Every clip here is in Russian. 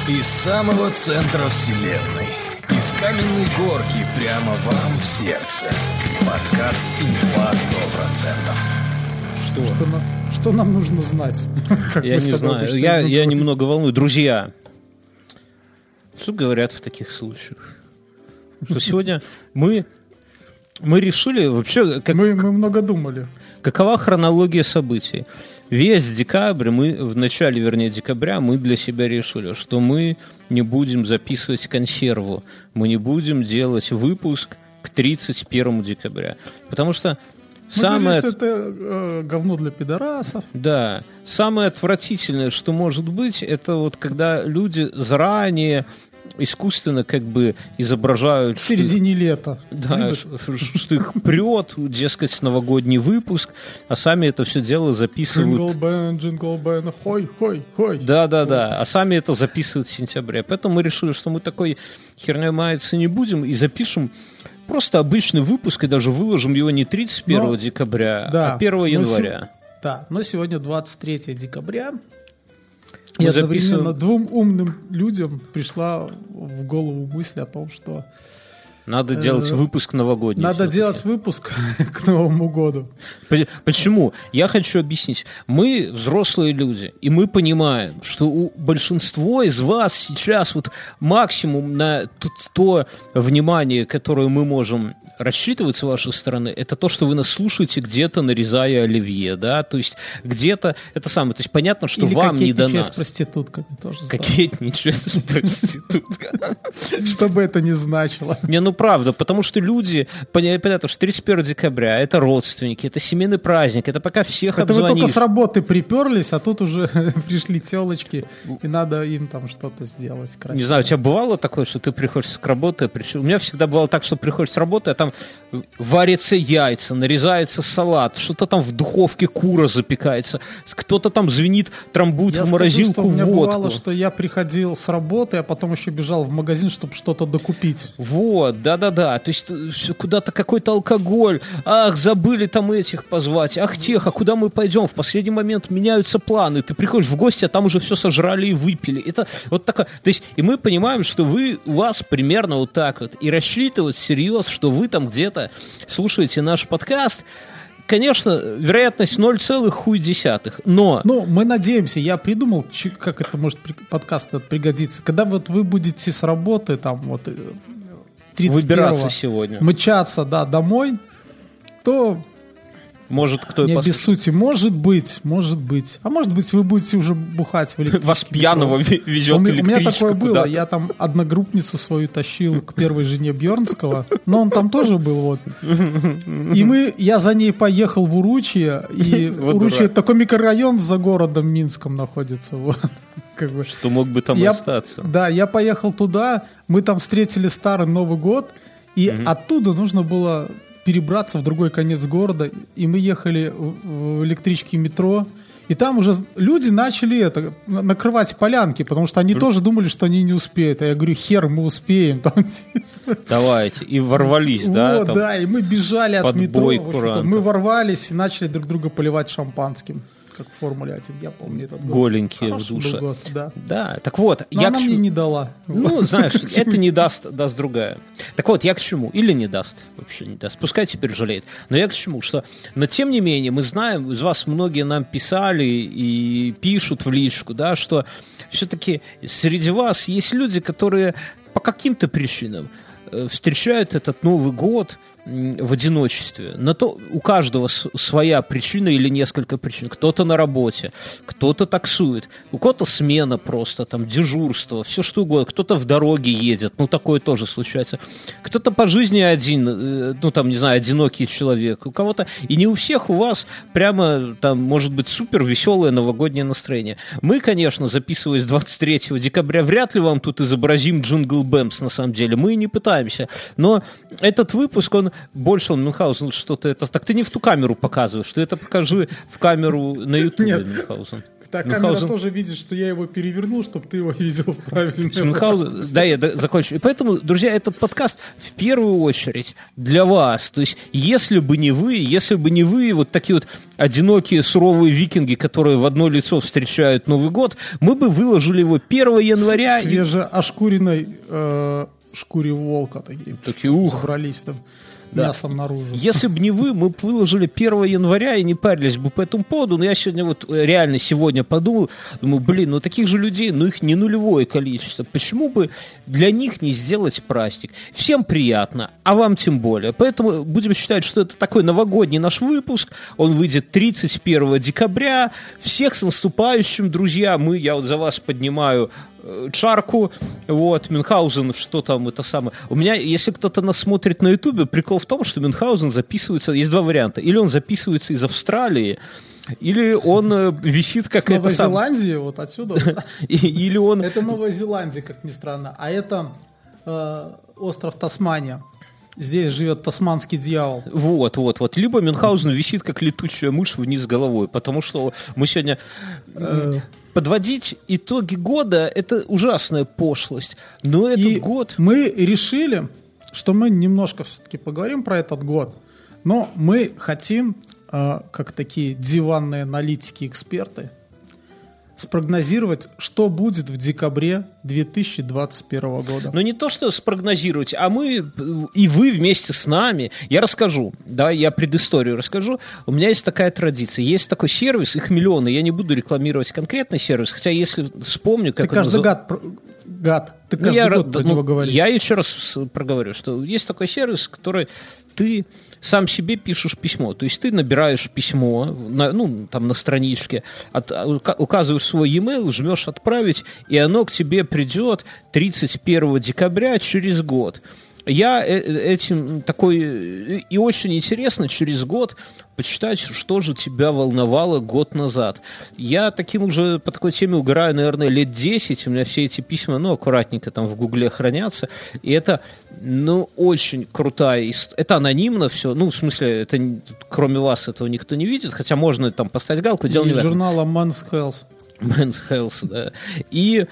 Из самого центра вселенной, из каменной горки прямо вам в сердце. Подкаст «Инфа 100%». Что нам нужно знать? Я не знаю. Я немного волнуюсь. Друзья, что говорят в таких случаях? Что сегодня мы решили вообще... Мы много думали. Какова хронология событий? Весь декабрь, в начале декабря мы для себя решили, что мы не будем записывать консерву, мы не будем делать выпуск к 31 декабря. Потому что говорили, что это говно для пидорасов. Да. Самое отвратительное, что может быть, это вот когда люди заранее искусственно как бы изображают... В середине лета. Да, что их прет, дескать, новогодний выпуск, а сами это все дело записывают... Джингл бен, хой. Да, а сами это записывают в сентябре. Поэтому мы решили, что мы такой херней маяться не будем и запишем просто обычный выпуск и даже выложим его не 31 декабря, а 1 января. Но сегодня 23 декабря. И одновременно двум умным людям пришла в голову мысль о том, что... Надо делать выпуск новогодний. Надо делать выпуск к Новому году. Почему? Я хочу объяснить. Мы взрослые люди, и мы понимаем, что у большинства из вас сейчас вот максимум на то внимание, которое мы можем рассчитывать с вашей стороны, это то, что вы нас слушаете где-то, нарезая оливье, да, то есть где-то это самое, то есть понятно, что или вам не до нас. Или с проститутками тоже. Кокетничать с проститутками. Что бы это ни значило. Правда, потому что люди, понятно, что 31 декабря это родственники, это семейный праздник, это пока всех обзвонишь. Это вы только с работы приперлись, а тут уже пришли телочки, и надо им там что-то сделать красиво. Не знаю, у тебя бывало такое, что ты приходишь с работы, у меня всегда бывало так, что приходишь с работы, а там варятся яйца, нарезается салат, что-то там в духовке кура запекается, кто-то там звенит, трамбует в морозилку водку. У меня бывало, что я приходил с работы, а потом еще бежал в магазин, чтобы что-то докупить. Вот, да. То есть куда-то какой-то алкоголь. Ах, забыли там этих позвать. Ах, тех, а куда мы пойдем? В последний момент меняются планы. Ты приходишь в гости, а там уже все сожрали и выпили. Это вот такое. То есть, и мы понимаем, что у вас примерно вот так вот. И рассчитывать всерьез, что вы там где-то слушаете наш подкаст, конечно, вероятность 0,1. Но... мы надеемся, я придумал, как это может подкаст этот пригодиться. Когда вот вы будете с работы, там вот... выбираться сегодня. Мчаться, домой, то... Может, кто и обессудьте. Может быть. А может быть, вы будете уже бухать в электричке. Вас пьяного везет электричка. У меня такое было. Я там одногруппницу свою тащил к первой жене Бьернского, но он там тоже был. Вот. И я за ней поехал в Уручье. И Уручье — это такой микрорайон за городом Минском находится. Вот. Что мог бы там остаться. Да, я поехал туда. Мы там встретили Старый Новый год. И оттуда нужно было... перебраться в другой конец города, и мы ехали в электричке метро, и там уже люди начали накрывать полянки, потому что они тоже думали, что они не успеют. А я говорю, хер, мы успеем. Давайте. И ворвались, да? Да, и мы бежали от метро. Мы ворвались и начали друг друга поливать шампанским. Как в Формуле 1, я помню этот год. Голенькие в душе. Год, да. Да, так вот. Но она мне не дала. Знаешь, это не даст другая. Так вот, я к чему? Или не даст, вообще не даст. Пускай теперь жалеет. Но я к чему? Но тем не менее, мы знаем, из вас многие нам писали и пишут в личку, да, что все-таки среди вас есть люди, которые по каким-то причинам встречают этот Новый год в одиночестве. На то у каждого своя причина или несколько причин. Кто-то на работе, кто-то таксует, у кого-то смена просто, там, дежурство, все что угодно. Кто-то в дороге едет, такое тоже случается. Кто-то по жизни один, одинокий человек. У кого-то, и не у всех у вас прямо, там, может быть, супер веселое новогоднее настроение. Мы, конечно, записываясь 23 декабря, вряд ли вам тут изобразим Джингл Бэмс, на самом деле. Мы не пытаемся. Но этот выпуск, больше Мюнхгаузен что-то это... Так ты не в ту камеру показываешь, ты это покажи в камеру на Ютубе, Мюнхгаузен. Так камера тоже видит, что я его перевернул, чтобы ты его видел правильно. Да, я закончу. И поэтому, друзья, этот подкаст в первую очередь для вас. То есть, если бы не вы, вот такие вот одинокие, суровые викинги, которые в одно лицо встречают Новый год, мы бы выложили его 1 января. Свежеошкуренной шкуре волка такие собрались там. Да. Мясом наружу. Если бы не вы, мы бы выложили 1 января и не парились бы по этому поводу. Но я сегодня вот реально сегодня подумал, думаю, таких же людей, их не нулевое количество. Почему бы для них не сделать праздник? Всем приятно, а вам тем более. Поэтому будем считать, что это такой новогодний наш выпуск. Он выйдет 31 декабря. Всех с наступающим, друзья. Я вот за вас поднимаю чарку, вот, Мюнхгаузен, что там, это самое. У меня, если кто-то нас смотрит на Ютубе, прикол в том, что Мюнхгаузен записывается, есть два варианта. Или он записывается из Австралии, или он висит как это сам. Новой Зеландии, вот отсюда. Или он... Это Новая Зеландия, как ни странно. А это остров Тасмания. Здесь живет тасманский дьявол. Вот. Либо Мюнхгаузен висит как летучая мышь вниз головой, потому что мы сегодня... Подводить итоги года – это ужасная пошлость. Но этот год... Мы решили, что мы немножко все-таки поговорим про этот год, но мы хотим, как такие диванные аналитики-эксперты, спрогнозировать, что будет в декабре 2021 года. Но не то, что спрогнозировать, а мы и вы вместе с нами. Я расскажу, я предысторию расскажу. У меня есть такая традиция. Есть такой сервис, их миллионы. Я не буду рекламировать конкретный сервис, хотя если вспомню, как... Ты каждый год про него говоришь. Я еще раз проговорю, что есть такой сервис, который ты... сам себе пишешь письмо. То есть ты набираешь письмо на страничке, указываешь свой e-mail, жмешь «Отправить», и оно к тебе придет 31 декабря через год. Я этим такой... И очень интересно через год почитать, что же тебя волновало год назад. Я по такой теме угораю, наверное, лет 10. У меня все эти письма, аккуратненько там в Гугле хранятся. И это, очень крутая история. Это анонимно все. В смысле, это кроме вас этого никто не видит. Хотя можно там поставить галку. Дело не в этом. Журнала Men's Health. Men's Health, да. И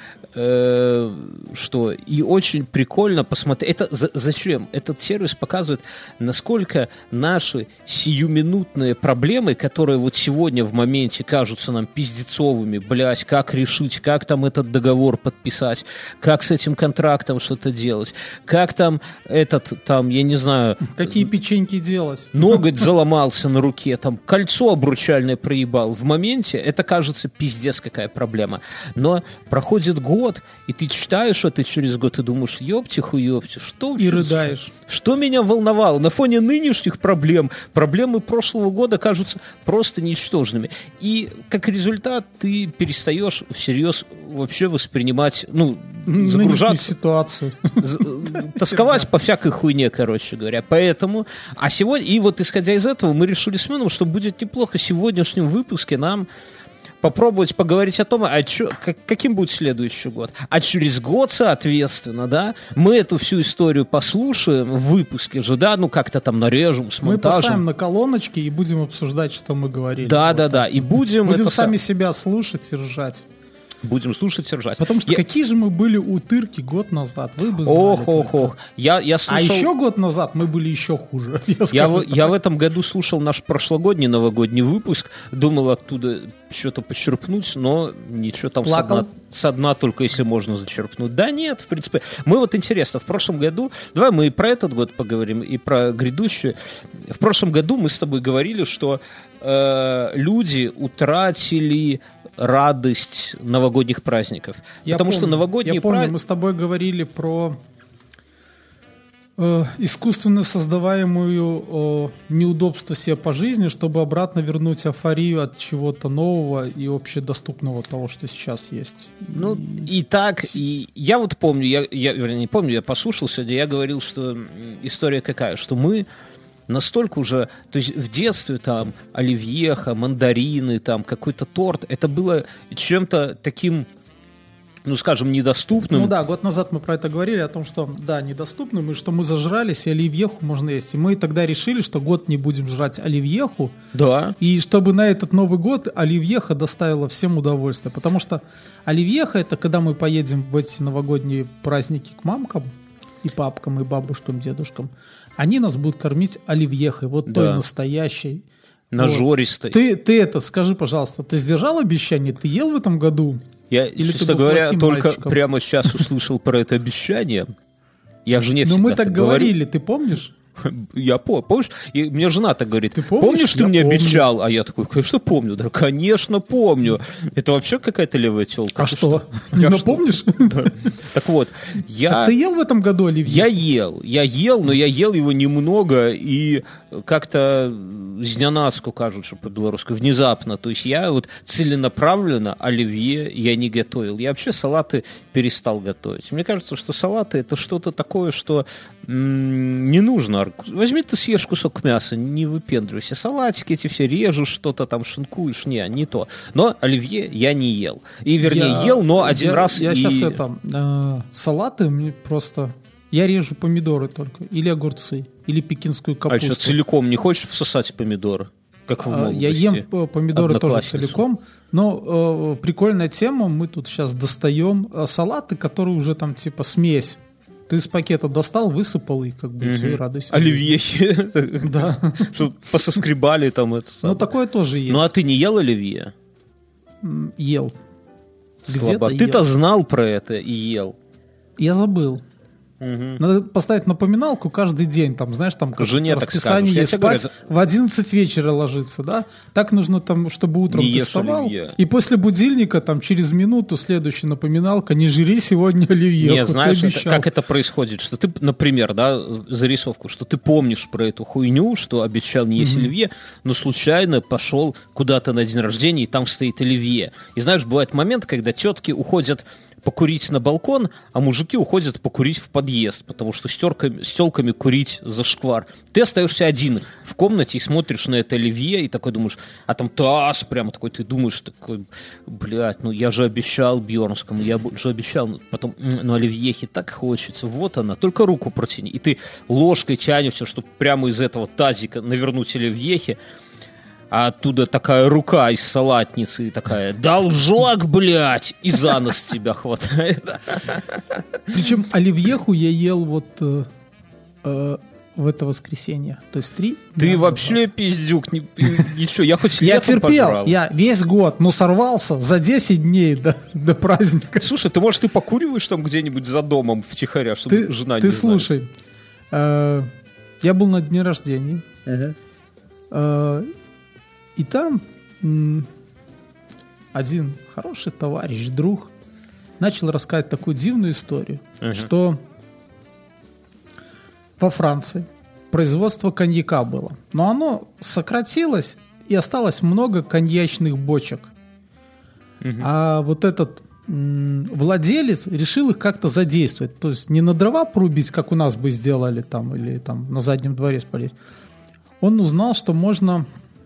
и очень прикольно посмотреть. Это зачем? Этот сервис показывает, насколько наши сиюминутные проблемы, которые вот сегодня в моменте кажутся нам пиздецовыми, как решить, как там этот договор подписать, как с этим контрактом что-то делать, как там я не знаю... Какие печеньки делать? Ноготь заломался на руке, там кольцо обручальное проебал. В моменте это кажется пиздец какая проблема. Но проходит год, и ты читаешь это через год и думаешь, ёпти-хуёпти, что... И рыдаешь. Что меня волновало? На фоне нынешних проблемы прошлого года кажутся просто ничтожными. И как результат ты перестаешь всерьез вообще воспринимать, загружаться. Ситуацию. Тосковать по всякой хуйне, короче говоря. Поэтому, сегодня, и вот исходя из этого, мы решили с Меном, что будет неплохо в сегодняшнем выпуске нам попробовать поговорить о том, каким будет следующий год. А через год, соответственно, мы эту всю историю послушаем в выпуске же, как-то там нарежем с монтажем. Мы поставим на колоночки и будем обсуждать, что мы говорили. Да. И будем сами себя слушать и ржать. Будем слушать и ржать. Потому что какие же мы были утырки год назад, вы бы знали. Ох. Я слушал... А еще год назад мы были еще хуже. Я в этом году слушал наш прошлогодний новогодний выпуск, думал оттуда что-то почерпнуть, но ничего там со дна только если можно зачерпнуть. Да нет, в принципе. Мы интересно, в прошлом году, давай мы и про этот год поговорим, и про грядущий. В прошлом году мы с тобой говорили, что люди утратили радость новогодних праздников. Что новогодние праздники... Мы с тобой говорили про искусственно создаваемую неудобство себе по жизни, чтобы обратно вернуть эйфорию от чего-то нового и общедоступного того, что сейчас есть. И я вот помню, я послушал сегодня, я говорил, что история какая, что мы настолько уже, то есть в детстве там оливьеха, мандарины, там какой-то торт, это было чем-то таким ну, скажем, недоступным. Ну да, год назад мы про это говорили, о том, что, да, недоступным, и что мы зажрались, и оливьеху можно есть. И мы тогда решили, что год не будем жрать оливьеху. Да. И чтобы на этот Новый год оливьеха доставила всем удовольствие. Потому что оливьеха — это когда мы поедем в эти новогодние праздники к мамкам, и папкам, и бабушкам, дедушкам. Они нас будут кормить оливьехой, вот той настоящей. Нажористой. Вот. Ты это, скажи, пожалуйста, ты сдержал обещание? Ты ел в этом году? Я, Или честно говоря, только мальчиком? прямо сейчас услышал про это обещание. Я жене всегда мы так говорили, говорю. ты помнишь? Я помнишь? И мне жена так говорит, Ты помнишь? ты Я мне помню. обещал? А я такой, конечно, помню. Да, конечно, помню. Это вообще какая-то левая телка. А что? Не напомнишь? Да. Так вот, Так ты ел в этом году оливье? Я ел, но я ел его немного и как-то знянацку, кажут, что по-белорусски, внезапно. То есть я вот целенаправленно оливье я не готовил. Я вообще салаты перестал готовить. Мне кажется, что салаты это что-то такое, что не нужно. Возьми ты съешь кусок мяса, не выпендривайся. Салатики эти все режешь, что-то там шинкуешь. Не то. Но оливье я не ел. И вернее ел, но один раз. Я сейчас салаты мне просто... Я режу помидоры только. Или огурцы. Или пекинскую А капусту. что, целиком не хочешь всосать помидоры? Как в молодости? Я ем помидоры тоже целиком. Но прикольная тема. Мы тут сейчас достаем салаты, которые уже там типа смесь. Ты из пакета достал, высыпал и как бы все, и радуйся. Оливье. Да. Что пососкребали там это. Ну такое тоже есть. Ну а ты не ел оливье? Ел. Слабак. Ты-то знал про это и ел. Я забыл. Надо поставить напоминалку каждый день, там, знаешь, там жене расписание есть, спать в 11 вечера ложиться, да? Так нужно там, чтобы утром ты вставал, и после будильника там через минуту следующая напоминалка: не жри сегодня оливье. Не, знаешь, как это происходит, что ты, например, да, зарисовку, что ты помнишь про эту хуйню, что обещал не есть оливье, но случайно пошел куда-то на день рождения, и там стоит оливье. И знаешь, бывает момент, когда тетки уходят покурить на балкон, а мужики уходят покурить в подъезд, потому что с тёлками курить зашквар. Ты остаешься один в комнате и смотришь на это оливье, и такой думаешь, а там таз прямо такой, ты думаешь, такой, блядь, ну я же обещал Бьернскому, я же обещал, потом, ну оливьехи так хочется, вот она, только руку протяни, и ты ложкой тянешься, чтобы прямо из этого тазика навернуть оливьехи, а оттуда такая рука из салатницы и такая: должок, блядь! И за нос тебя хватает. Причем оливьеху я ел вот в это воскресенье. То есть 3 Ты дня вообще назад. пиздюк. Ничего, я хоть Я летом терпел, пожрал. я весь год, но сорвался за 10 дней до праздника. Слушай, ты, может, ты покуриваешь там где-нибудь за домом втихаря, чтобы жена не Ты знала? слушай, я был на дне рождения. И там один хороший товарищ, друг, начал рассказывать такую дивную историю, что во Франции производство коньяка было, но оно сократилось, и осталось много коньячных бочек. А вот этот владелец решил их как-то задействовать. То есть не на дрова порубить, как у нас бы сделали там, или там на заднем дворе спалить. Он узнал, что можно...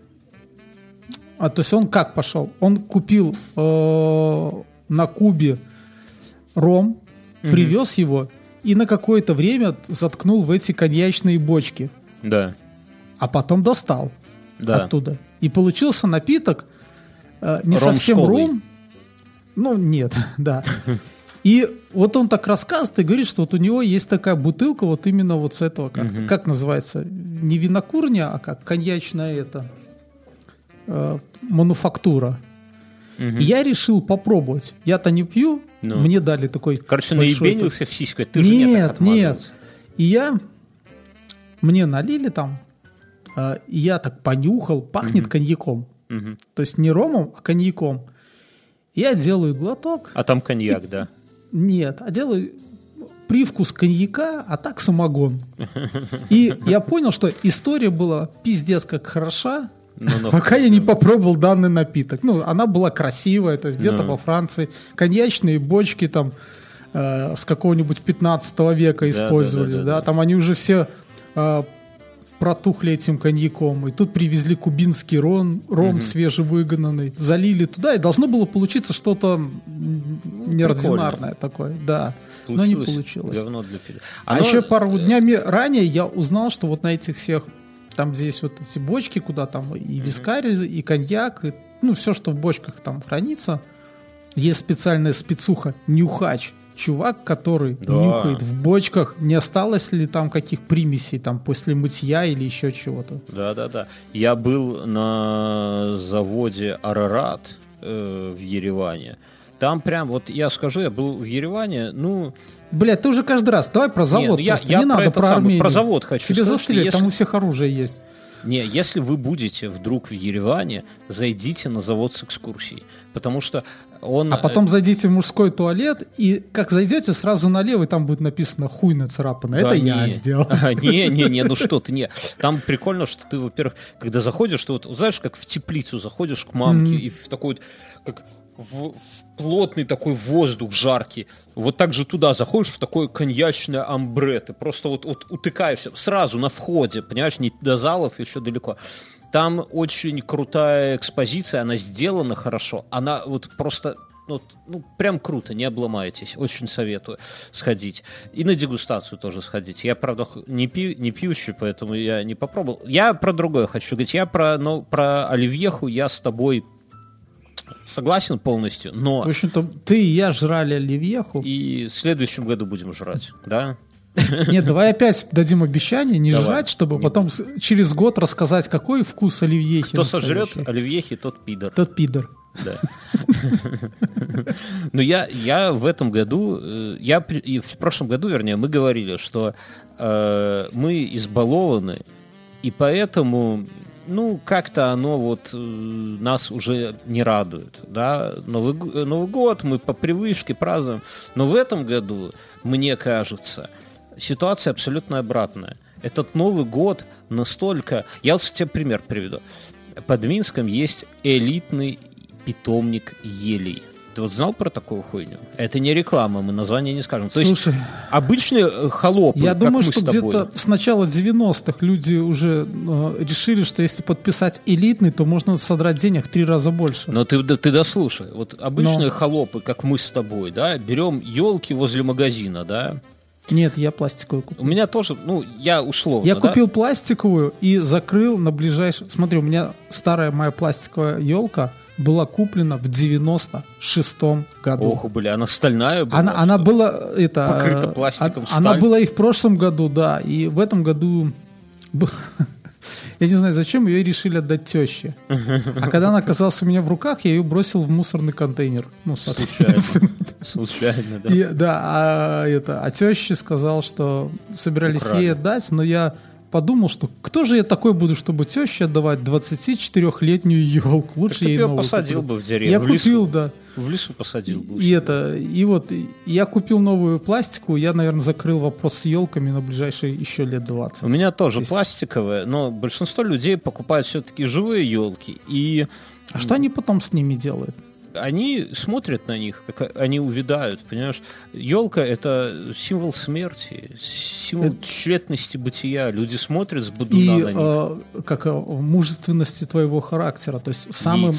то есть он как пошел? Он купил на Кубе ром, привез его и на какое-то время заткнул в эти коньячные бочки. Да. А потом достал оттуда. И получился напиток не Ром совсем школой. ром. Ну, нет, да. И вот он так рассказывает и говорит, что вот у него есть такая бутылка вот именно вот с этого, как называется, не винокурня, а как коньячная это... мануфактура. И я решил попробовать. Я-то не пью, мне дали такой... Короче, большой наебенился в сиську, ты же не так отмазывался. И мне налили там, и я так понюхал, пахнет коньяком. То есть не ромом, а коньяком. Я делаю глоток. А там коньяк, да? Нет, а делаю привкус коньяка, а так самогон. И я понял, что история была пиздец как хороша, пока я не попробовал данный напиток. Ну, она была красивая, то есть где-то во Франции коньячные бочки там с какого-нибудь 15 века использовались, да. Там они уже все протухли этим коньяком, и тут привезли кубинский ром свежевыгнанный, залили туда, и должно было получиться что-то неординарное такое, да. Но не получилось. Говно для пива. А еще пару днями ранее я узнал, что вот на этих всех, там здесь вот эти бочки, куда там и вискарь, и коньяк, и, ну, все, что в бочках там хранится, есть специальная спецуха, нюхач. Чувак, который нюхает в бочках, не осталось ли там каких примесей там после мытья или еще чего-то. Да. Я был на заводе «Арарат» в Ереване. Там прям, вот я скажу, я был в Ереване, ну... Блядь, ты уже каждый раз, давай про завод. Не надо про Армению. Про завод хочу Тебе сказать, застрелят, там у всех оружие есть. Не, если вы будете вдруг в Ереване, зайдите на завод с экскурсией, потому что он... А потом зайдите в мужской туалет, и как зайдете, сразу налево, и там будет написано «хуй нацарапано». Да, это я сделал. Не, ну что ты, не. Там прикольно, что ты, во-первых, когда заходишь, ты вот, знаешь, как в теплицу заходишь к мамке, и в такой, как... В плотный такой воздух жаркий. Вот так же туда заходишь в такое коньячное амбре. Ты просто вот утыкаешься сразу на входе, понимаешь, не до залов, еще далеко. Там очень крутая экспозиция, она сделана хорошо. Она вот просто... Ну, прям круто, не обломайтесь. Очень советую сходить. И на дегустацию тоже сходить. Я, правда, не пьющий, поэтому я не попробовал. Я про другое хочу говорить. Я про оливьеху я с тобой согласен полностью, но... В общем-то, ты и я жрали оливьеху. И в следующем году будем жрать, да? Нет, давай опять дадим обещание не жрать, чтобы потом через год рассказать, какой вкус оливьехи. Кто сожрет оливьехи, тот пидор. Тот пидор. Да. Но я в этом году, и в прошлом году, вернее, мы говорили, что мы избалованы, и поэтому... Ну, как-то оно вот нас уже не радует, да. Новый год мы по привычке празднуем, но в этом году, мне кажется, ситуация абсолютно обратная. Этот Новый год настолько... Я вот тебе пример приведу. Под Минском есть элитный питомник елей. Ты вот знал про такую хуйню? Это не реклама, мы название не скажем. То Слушай, есть обычные холопы, я думаю, как мы что с тобой. где-то с начала 90-х люди уже решили, что если подписать элитный, то можно содрать денег в 3 раза больше. Но ты дослушай. Вот обычные холопы, как мы с тобой, да, берем елки возле магазина, да. Нет, я пластиковую купил. У меня тоже, я условно, я купил пластиковую и закрыл на ближайший... Смотри, у меня старая моя пластиковая елка была куплена в 96-м году. Ох, бля, она стальная была? Она была... покрыта пластиком, сталь? Она была и в прошлом году, да. И в этом году... Я не знаю, зачем ее решили отдать теще. А когда она оказалась у меня в руках, я ее бросил в мусорный контейнер. Ну, Случайно, да. Да, а теща сказал, что собирались ей отдать, но я подумал, что кто же я такой буду, чтобы теще отдавать 24-летнюю елку? Лучше ей новую. Ты посадил бы в деревню. Я купил, да. В лесу посадил бы. И вот я купил новую пластику, я, наверное, закрыл вопрос с елками на ближайшие еще лет 20. У меня тоже пластиковая, но большинство людей покупают все-таки живые елки. А что они потом с ними делают? Они смотрят на них, как они увядают, понимаешь? Елка — это символ смерти, символ тщетности бытия. Люди смотрят с бодуна на них. И как мужественности твоего характера. То есть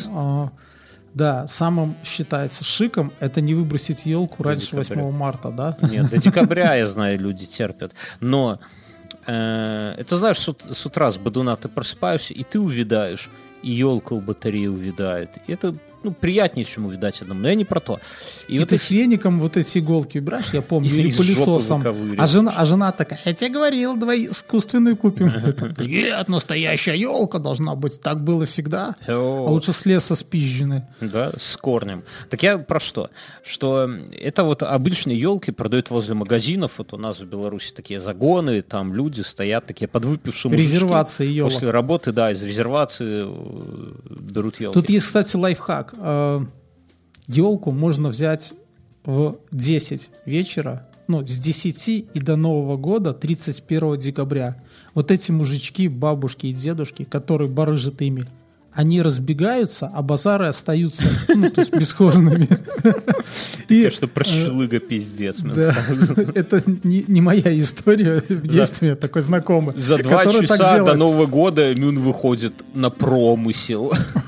самым считается шиком это не выбросить елку раньше 8 марта, да? Нет, до декабря, я знаю, люди терпят. Но это, знаешь, с утра с бодуна ты просыпаешься, и ты увядаешь, и елка у батареи увядает. И это приятнее, чем увидать одному. Но я не про то. И вот ты с веником вот эти иголки убираешь, я помню, или пылесосом. А жена такая: я тебе говорил, давай искусственную купим. Нет, настоящая елка должна быть. Так было всегда. А лучше с леса спизжены. Да, с корнем. Так я про что? Что это вот обычные елки продают возле магазинов. Вот у нас в Беларуси такие загоны, там люди стоят, такие подвыпившие мужички. Резервации елок. После работы, да, из резервации берут елки. Тут есть, кстати, лайфхак. Елку можно взять в 10 вечера, с 10 и до Нового года, 31 декабря. Вот эти мужички, бабушки и дедушки, которые барыжат ими, они разбегаются, а базары остаются, ну, то есть бесхозными. И что прошлыга пиздец. да, это не моя история в детстве, такой знакомый. За 2 часа до Нового года Мюн выходит на промысел.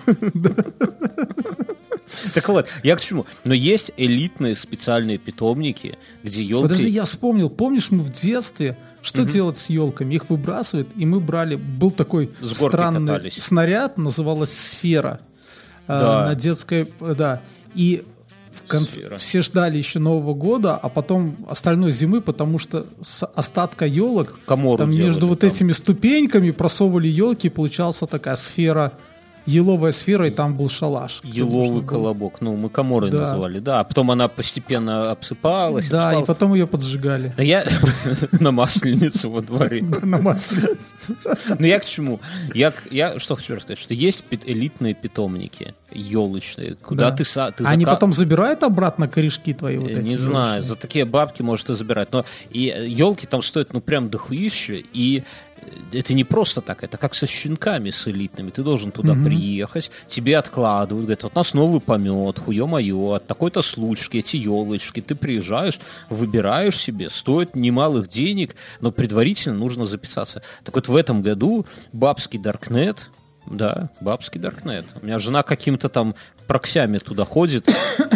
Так вот, я к чему? Но есть элитные специальные питомники, где елки... Подожди, я вспомнил. Помнишь, мы в детстве... Что делать с елками? Их выбрасывают, и мы брали... Был такой странный катались. Снаряд, называлась «Сфера». Да. На детской... Да. И в конце все ждали еще Нового года, а потом остальной зимы, потому что с остатка елок там между вот этими ступеньками просовывали елки, и получалась такая сфера... Еловая сфера, и там был шалаш. Еловый колобок. Ну, мы коморой называли, да. А потом она постепенно обсыпалась. Да, и потом ее поджигали. Да я на Масленицу во дворе. На Масленицу. Ну, я к чему? Я что хочу рассказать, что есть элитные питомники, елочные, куда ты они потом забирают обратно корешки твои вот эти? Не знаю, за такие бабки, может, и забирать. Но и елки там стоят, ну, прям дохуище, и это не просто так, это как со щенками, с элитными. Ты должен туда приехать, тебе откладывают, говорят, вот у нас новый помет, хуё-моё, от такой-то случки, эти елочки. Ты приезжаешь, выбираешь себе, стоит немалых денег, но предварительно нужно записаться. Так вот, в этом году бабский Даркнет, да, бабский Даркнет. У меня жена каким-то там проксями туда ходит.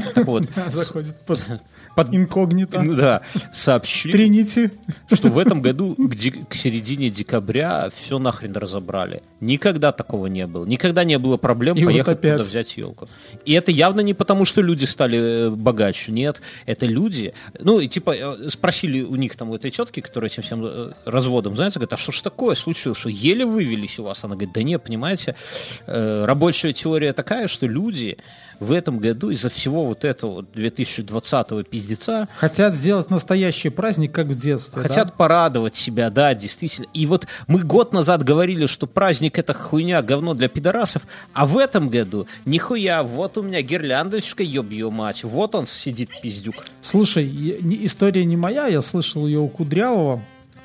Заходит под инкогнито. Да, сообщили, Тринити, что в этом году к середине декабря все нахрен разобрали. Никогда такого не было. Никогда не было проблем и поехать вот туда взять елку. И это явно не потому, что люди стали богаче. Нет, это люди... Ну, и типа спросили у них там у этой тетки, которая этим всем разводом занимается, говорит, а что ж такое случилось, что еле вывелись у вас? Она говорит, да нет, понимаете, рабочая теория такая, что люди в этом году из-за всего вот этого 2020-го пиздеца хотят сделать настоящий праздник, как в детстве. Хотят порадовать себя, да, действительно. И вот мы год назад говорили, что праздник это хуйня, говно для пидорасов, а в этом году нихуя, вот у меня гирляндочка, ёб-ё мать, вот он сидит пиздюк. Слушай, история не моя, я слышал ее у Кудрявого.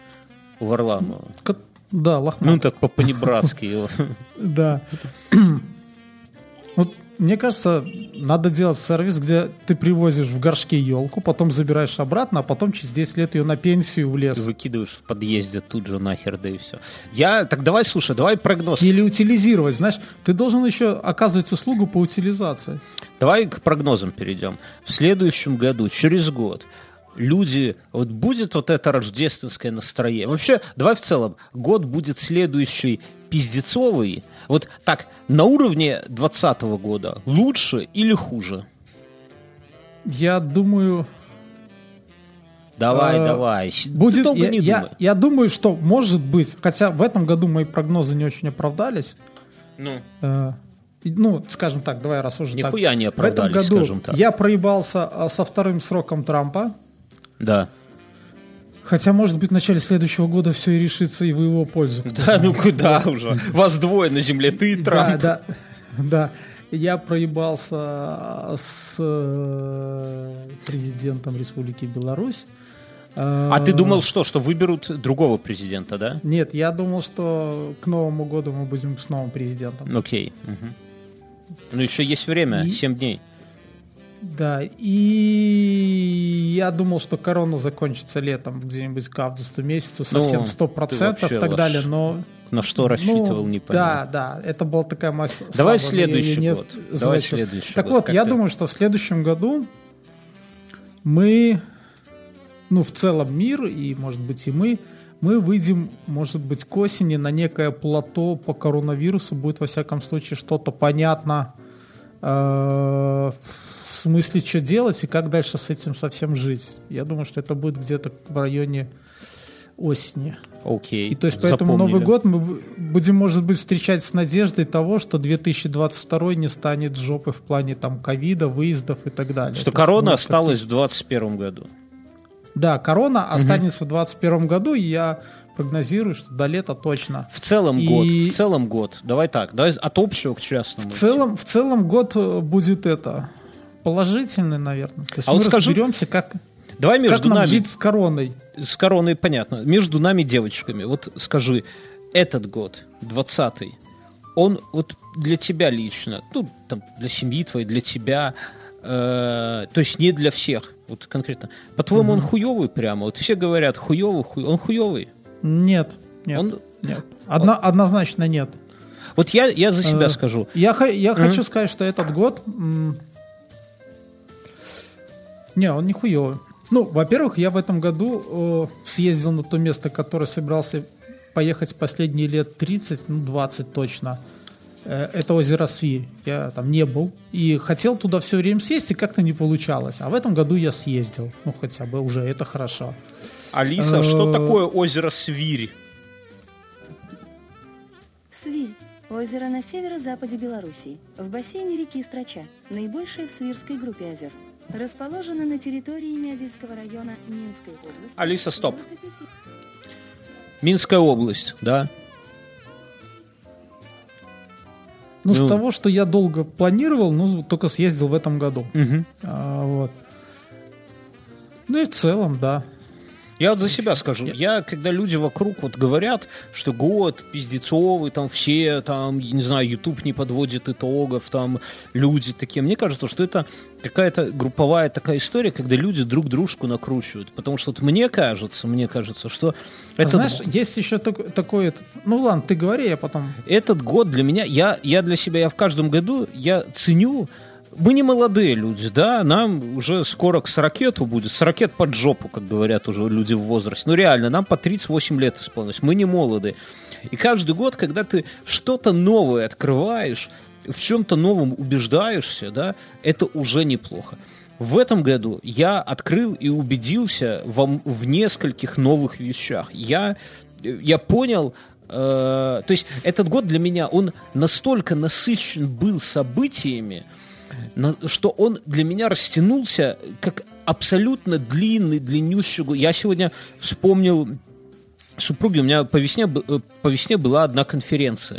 У Варламова. Да, Лохматов. Ну так по-понебратски его. Да. Вот мне кажется, надо делать сервис, где ты привозишь в горшке елку, потом забираешь обратно, а потом через 10 лет ее на пенсию в лес. Ты выкидываешь в подъезде тут же нахер, да и все. Так давай, слушай, давай прогноз. Или утилизировать, знаешь, ты должен еще оказывать услугу по утилизации. Давай к прогнозам перейдем. В следующем году, через год, люди, вот будет вот это рождественское настроение. Вообще, давай в целом, год будет следующий пиздецовый. Вот так, на уровне 2020 года лучше или хуже? Я думаю... Давай. Будет, долго не думай. Я думаю, что может быть, хотя в этом году мои прогнозы не очень оправдались. Ну, скажем так, давай рассуждать. Нихуя не оправдались, в этом году скажем так. Я проебался со вторым сроком Трампа. Да. Хотя, может быть, в начале следующего года все и решится и в его пользу. Да, ну куда уже? Вас двое на земле, ты и Трамп. Да. Я проебался с президентом Республики Беларусь. А ты думал, что выберут другого президента, да? Нет, я думал, что к Новому году мы будем с новым президентом. Окей. Ну, еще есть время, 7 дней. Да, и я думал, что корона закончится летом, где-нибудь к августу месяцу, совсем 100% и так далее, но... На что рассчитывал, не понял. Да, это была такая масса... Давай следующий год. Так вот, я думаю, что в следующем году мы, в целом мир, и, может быть, и мы выйдем, может быть, к осени на некое плато по коронавирусу, будет, во всяком случае, что-то понятно, в смысле, что делать и как дальше с этим совсем жить. Я думаю, что это будет где-то в районе осени. Окей. И то есть поэтому Новый год мы будем, может быть, встречать с надеждой того, что 2022 не станет жопой в плане там ковида, выездов и так далее. Что корона осталась в 2021 году. Да, корона останется в 2021 году, и я прогнозирую, что до лета точно. В целом год. Давай от общего к частному. В целом год будет положительный, наверное. То есть мы разберемся, как нам жить с короной. С короной понятно. Между нами, девочками, вот скажи, этот год, 20-й, он вот для тебя лично, ну, там, для семьи твоей, для тебя, то есть не для всех, вот конкретно. По-твоему, он хуёвый прямо? Вот все говорят, хуёвый, он хуёвый? Нет. Однозначно нет. Вот я за себя скажу. Я хочу сказать, что этот год... Не, он не хуёвый. Ну, во-первых, я в этом году съездил на то место, которое собирался поехать последние лет 30, 20 точно. Это озеро Свирь. Я там не был. И хотел туда все время съездить, и как-то не получалось. А в этом году я съездил. Ну, хотя бы уже это хорошо. Алиса, что такое озеро Свирь? Свирь. Озеро на северо-западе Белоруссии. В бассейне реки Строча. Наибольшее в Свирской группе озер. Расположено на территории Мядельского района Минской области. Алиса, стоп. Минская область, да? Ну, с того, что я долго планировал, ну, только съездил в этом году. Вот. Ну и в целом, да. Я вот за себя скажу. Я, когда люди вокруг вот говорят, что год пиздецовый, там все, там, не знаю, YouTube не подводит итогов, там люди такие. Мне кажется, что это какая-то групповая такая история, когда люди друг дружку накручивают. Потому что вот мне кажется, что... Знаешь, есть еще такой... Ну ладно, ты говори, я потом... Этот год для меня... Я для себя, я в каждом году, я ценю... Мы не молодые люди, да, нам уже скоро к 40 будет, 40 под жопу, как говорят уже люди в возрасте. Ну реально, нам по 38 лет исполнилось, мы не молодые. И каждый год, когда ты что-то новое открываешь, в чем-то новом убеждаешься, да, это уже неплохо. В этом году я открыл и убедился в нескольких новых вещах. Я понял... то есть этот год для меня, он настолько насыщен был событиями, что он для меня растянулся как абсолютно длиннющий год. Я сегодня вспомнил супруги, у меня по весне была одна конференция,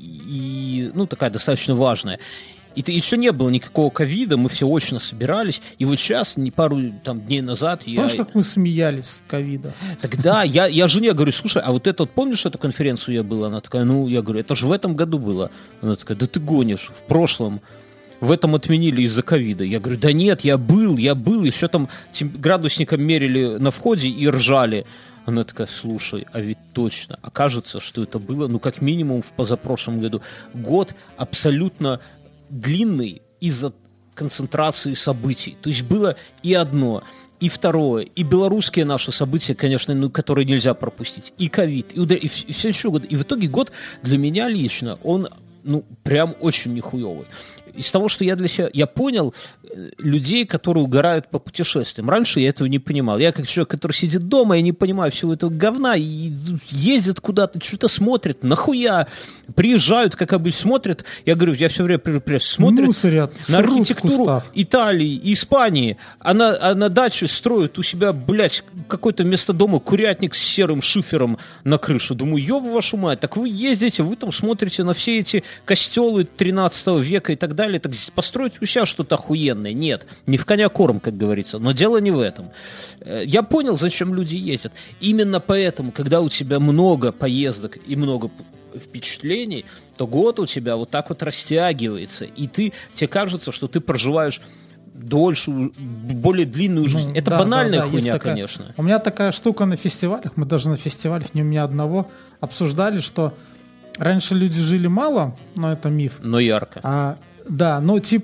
и ну, такая достаточно важная. И еще не было никакого ковида, мы все очно собирались, и вот сейчас, пару там, дней назад... Помнишь, как мы смеялись с ковида? Тогда я жене говорю, слушай, а вот это, помнишь, эту конференцию я был? Она такая, ну, я говорю, это же в этом году было. Она такая, да ты гонишь, в прошлом. В этом отменили из-за ковида. Я говорю, да нет, я был, еще там градусником мерили на входе и ржали. Она такая, слушай, а ведь точно, окажется, что это было, ну, как минимум в позапрошлом году. Год абсолютно длинный из-за концентрации событий. То есть было и одно, и второе, и белорусские наши события, конечно, ну, которые нельзя пропустить, и ковид, и все еще год. И в итоге год для меня лично, он, ну, прям очень нихуевый. Из того, что я для себя... Я понял людей, которые угорают по путешествиям. Раньше я этого не понимал. Я как человек, который сидит дома, я не понимаю всего этого говна, и ездят куда-то, что-то смотрят, нахуя приезжают, как обычно, смотрят. Я говорю, я все время смотрят мусорят, на архитектуру Италии, Испании, а на даче строят у себя, блядь, какой-то вместо дома курятник с серым шифером на крыше. Думаю, ёб вашу мать, так вы ездите, вы там смотрите на все эти костелы 13 века и так далее, так построить у себя что-то охуенное. Нет, не в коня корм, как говорится, но дело не в этом. Я понял, зачем люди ездят. Именно поэтому, когда у тебя много поездок и много впечатлений, то год у тебя вот так вот растягивается, и тебе кажется, что ты проживаешь дольше, более длинную жизнь. Это банальная хуйня, конечно. У меня такая штука на фестивалях, мы даже на фестивалях, не у меня одного, обсуждали, что раньше люди жили мало, но это миф. Но ярко. Да,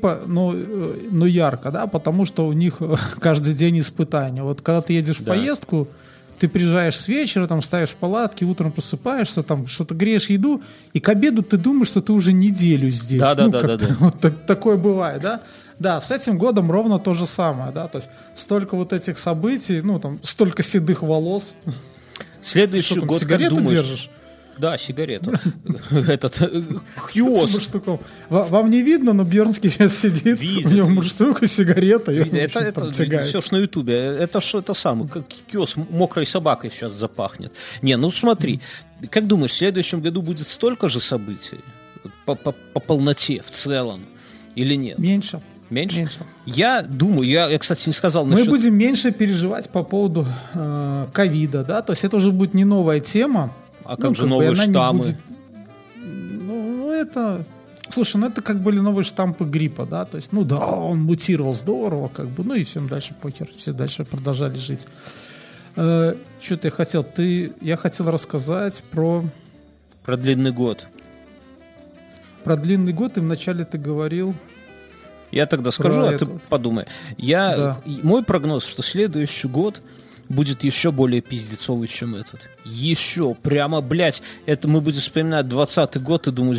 ну ярко, да, потому что у них каждый день испытания. Вот когда ты едешь в поездку, ты приезжаешь с вечера, там ставишь палатки, утром просыпаешься, там что-то греешь еду, и к обеду ты думаешь, что ты уже неделю здесь. Да. Вот такое бывает, да. Да, с этим годом ровно то же самое, да, то есть столько вот этих событий, ну там столько седых волос. Следующий год, как думаешь? Держишь? Да, сигарету. Этот киоск. Вам не видно, но Бьернский сейчас сидит, у него мундштук, сигарета. Это все ж на Ютубе. Это самое, как киоск мокрой собакой сейчас запахнет. Не, ну смотри, как думаешь, в следующем году будет столько же событий по полноте в целом или нет? Меньше. Меньше? Я думаю, я, кстати, не сказал насчет... Мы будем меньше переживать по поводу ковида, да, то есть это уже будет не новая тема. А как же новые штаммы? это... Слушай, это как были новые штампы гриппа, да, то есть, он мутировал здорово, как бы, и всем дальше похер, все дальше продолжали жить. Что ты хотел? Я хотел рассказать про длинный год. Про длинный год, и вначале ты говорил... Я тогда скажу, а ты подумай. Мой прогноз, что следующий год будет еще более пиздецовый, чем этот. Еще. Прямо, блядь, это мы будем вспоминать 20-й год и думать,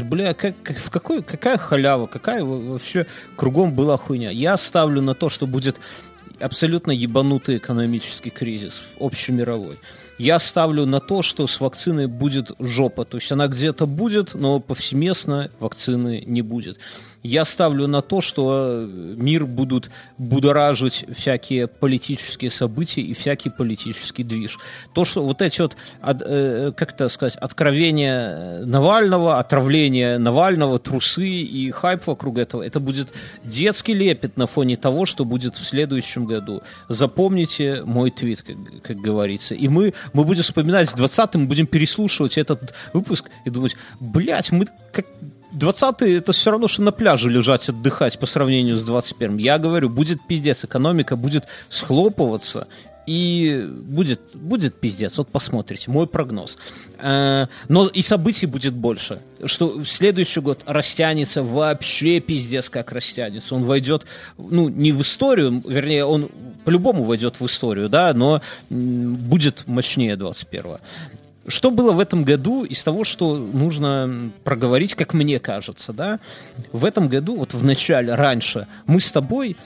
какая халява, какая вообще кругом была хуйня. Я ставлю на то, что будет абсолютно ебанутый экономический кризис, общемировой. Я ставлю на то, что с вакциной будет жопа. То есть она где-то будет, но повсеместно вакцины не будет. Я ставлю на то, что мир будут будоражить всякие политические события и всякий политический движ. То, что вот эти вот, как это сказать, откровения Навального, отравление Навального, трусы и хайп вокруг этого, это будет детский лепет на фоне того, что будет в следующем году. Запомните мой твит, как говорится. И мы будем вспоминать 20-м, мы будем переслушивать этот выпуск и думать, блядь, мы как... 20-й это все равно, что на пляже лежать, отдыхать по сравнению с 21-м. Я говорю, будет пиздец, экономика будет схлопываться, и будет пиздец. Вот посмотрите, мой прогноз. Но и событий будет больше. Что в следующий год растянется вообще пиздец, как растянется. Он войдет, не в историю, вернее, он по-любому войдет в историю, да, но будет мощнее 21-го. Что было в этом году из того, что нужно проговорить, как мне кажется, да? В этом году, вот в начале, раньше, мы с тобой,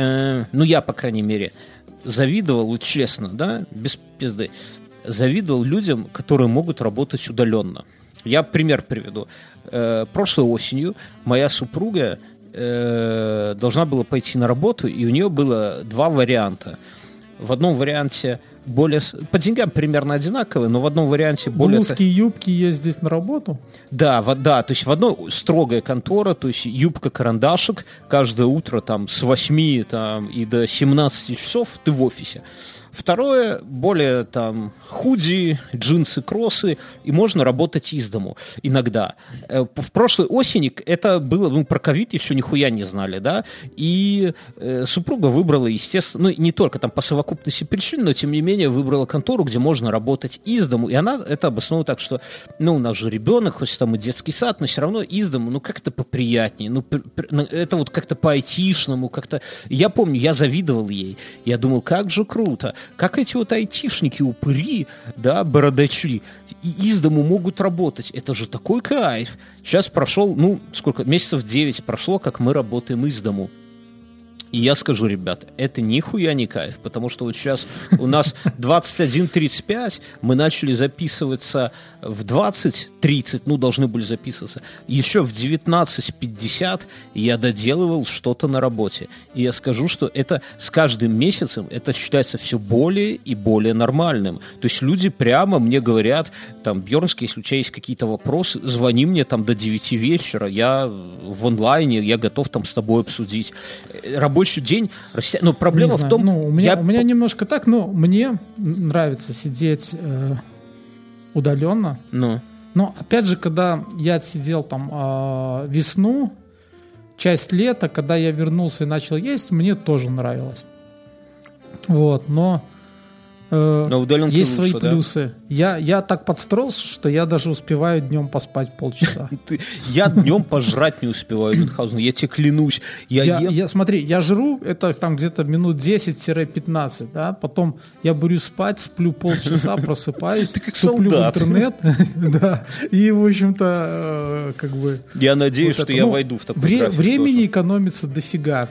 я, по крайней мере, завидовал, честно, да, без пизды, завидовал людям, которые могут работать удаленно. Я пример приведу. Прошлой осенью моя супруга должна была пойти на работу, и у нее было два варианта. В одном варианте по деньгам примерно одинаковые, но в одном варианте более... Блузки и юбки ездить на работу? Да, то есть в одной строгая контора, то есть юбка-карандашик, каждое утро там с 8 и до 17 часов ты в офисе. Второе, более там худи, джинсы, кроссы, и можно работать из дому иногда. В прошлой осени это было, про ковид еще нихуя не знали, да, и супруга выбрала, естественно, не только там по совокупности причин, но тем не менее выбрала контору, где можно работать из дому, и она это обосновала так, что, у нас же ребенок, хоть там и детский сад, но все равно из дому, как-то поприятнее, это вот как-то по-айтишному, как-то, я помню, я завидовал ей, я думал, как же круто, как эти вот айтишники, упыри, да, бородачи, из дому могут работать. Это же такой кайф. Сейчас прошел, месяцев 9 прошло, как мы работаем из дому. И я скажу, ребята, это нихуя не кайф, потому что вот сейчас у нас 21:35, мы начали записываться в 20:30, должны были записываться. Еще в 19:50 я доделывал что-то на работе. И я скажу, что это с каждым месяцем это считается все более и более нормальным. То есть люди прямо мне говорят, там, Бьернский, если у тебя есть какие-то вопросы, звони мне там до 9 вечера, я в онлайне, я готов там с тобой обсудить. Рабочий день, но проблема в том... у меня немножко так, но мне нравится сидеть удаленно. Но опять же, когда я сидел там весну, часть лета, когда я вернулся и начал есть, мне тоже нравилось. Вот, но есть свои плюсы. Да? Я так подстроился, что я даже успеваю днем поспать полчаса. Я днем пожрать не успеваю, Мюнхгаузен, я тебе клянусь. Смотри, я жру, это там где-то минут 10-15, да, потом я буду спать, сплю полчаса, просыпаюсь, туплю в интернет, да, и, в общем-то, как бы... Я надеюсь, что я войду в такой график. Времени экономится дофига.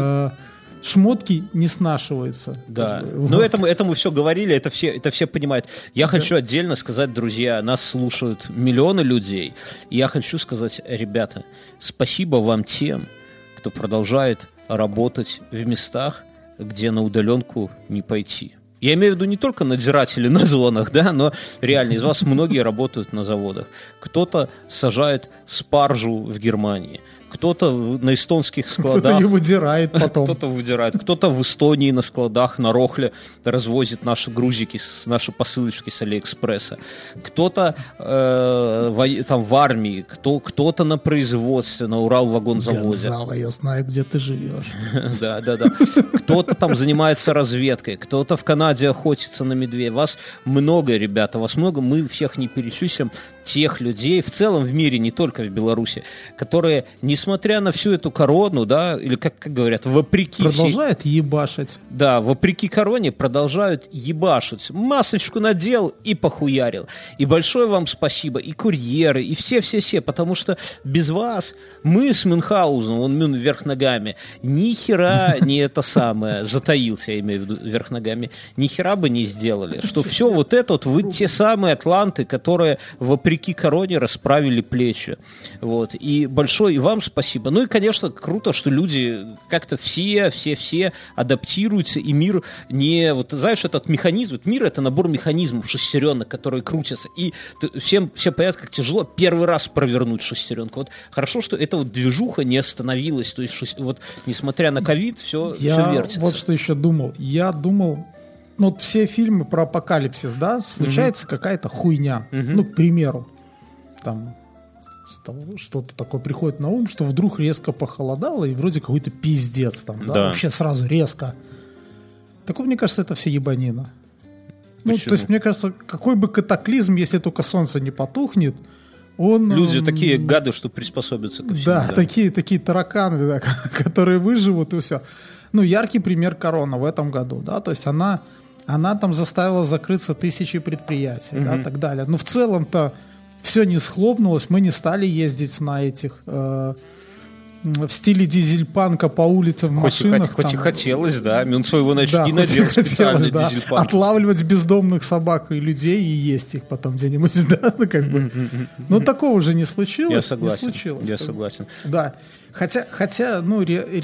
Шмотки не снашиваются. Да. Но это мы все говорили, это все понимают. Я хочу отдельно сказать, друзья, нас слушают миллионы людей. И я хочу сказать, ребята, спасибо вам тем, кто продолжает работать в местах, где на удаленку не пойти. Я имею в виду не только надзиратели на зонах, да, но реально из вас многие работают на заводах. Кто-то сажает спаржу в Германии, кто-то на эстонских складах. Кто-то ее выдирает потом. Кто-то выдирает. Кто-то в Эстонии на складах, на Рохле развозит наши грузики, наши посылочки с Алиэкспресса. Кто-то там в армии, кто-то на производстве, на Уралвагонзаводе. Гонзало, я знаю, где ты живешь. Да. Кто-то там занимается разведкой, кто-то в Канаде охотится на медведя. Вас много, ребята, вас много. Мы всех не перечислим. Тех людей, в целом в мире, не только в Беларуси, которые, несмотря на всю эту корону, да, или как говорят, вопреки... Продолжают ебашить. Да, вопреки короне продолжают ебашить. Масочку надел и похуярил. И большое вам спасибо, и курьеры, и все-все-все, потому что без вас мы с Мюнхгаузеном, он Мюн вверх ногами, ни хера не это самое, затаился, я имею в виду, вверх ногами, ни хера бы не сделали. Что все вот это вот, вы те самые атланты, которые вопреки короне расправили плечи. Вот. И большое и вам спасибо. Ну и, конечно, круто, что люди как-то все адаптируются, и мир не... Вот знаешь, этот механизм, вот мир — это набор механизмов шестеренок, которые крутятся. И всем понятно, как тяжело первый раз провернуть шестеренку. Вот хорошо, что эта вот движуха не остановилась. То есть, вот, несмотря на ковид, все вертится. Вот что еще думал. Я думал, вот все фильмы про апокалипсис, да, случается какая-то хуйня. Ну, к примеру, там что-то такое приходит на ум, что вдруг резко похолодало, и вроде какой-то пиздец там, да, вообще сразу резко. Так вот, мне кажется, это все ебанина. Ну, то есть, мне кажется, какой бы катаклизм, если только солнце не потухнет, он... Люди такие гады, что приспособятся ко всему. Да, такие тараканы, да, которые выживут, и все. Ну, яркий пример корона в этом году, да, то есть она там заставила закрыться тысячи предприятий, да, и так далее. Но в целом-то все не схлопнулось, мы не стали ездить на этих в стиле дизельпанка по улицам в машинах. Хоть и хотелось, да, Мюнцоеву очки надел специальный дизельпанк. Отлавливать бездомных собак и людей и есть их потом где-нибудь, да, ну как бы. Но такого же не случилось. Я согласен. Не случилось. Я согласен. Да. Хотя, ну,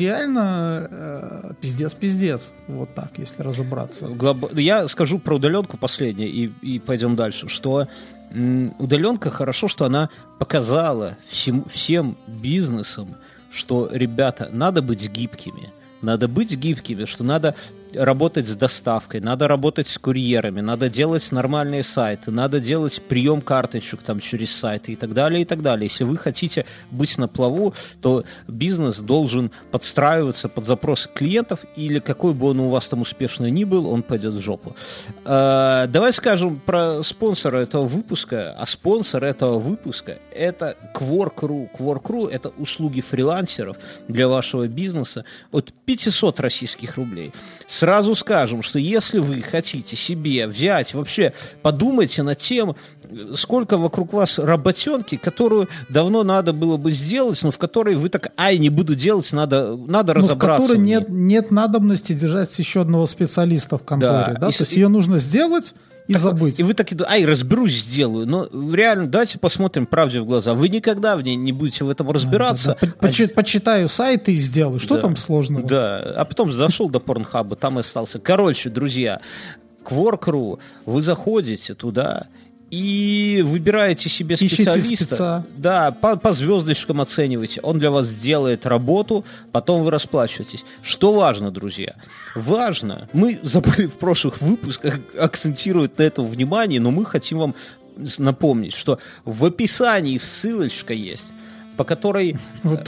реально пиздец. Вот так, если разобраться. Я скажу про удаленку последнее и пойдем дальше, что удаленка хорошо, что она показала всем бизнесам, что, ребята, надо быть гибкими. Надо быть гибкими, что надо работать с доставкой, надо работать с курьерами, надо делать нормальные сайты, надо делать прием карточек там через сайты и так далее, и так далее. Если вы хотите быть на плаву, то бизнес должен подстраиваться под запросы клиентов, или какой бы он у вас там успешный ни был, он пойдет в жопу. Давай скажем про спонсора этого выпуска. А спонсор этого выпуска — это Quark.ru. Quark.ru — это услуги фрилансеров для вашего бизнеса от 500 российских рублей. Сразу скажем, что если вы хотите себе взять, вообще подумайте над тем, сколько вокруг вас работенки, которую давно надо было бы сделать, но в которой вы так, не буду делать, надо разобраться. В которой нет надобности держать еще одного специалиста в конторе. Да? То есть ее нужно сделать и забыть. И вы такие, разберусь, сделаю. Но реально, давайте посмотрим правде в глаза. Вы никогда в ней не будете в этом разбираться. Почитаю сайты и сделаю. Что там сложного? Да, а потом дошел до Порнхаба, там и остался. Короче, друзья, Quark.ru, вы заходите туда и выбираете себе специалиста. Да, по звездочкам оцениваете. Он для вас сделает работу, потом вы расплачиваетесь. Что важно, друзья? Важно, мы забыли в прошлых выпусках акцентировать на этом внимание, но мы хотим вам напомнить, что в описании ссылочка есть, по которой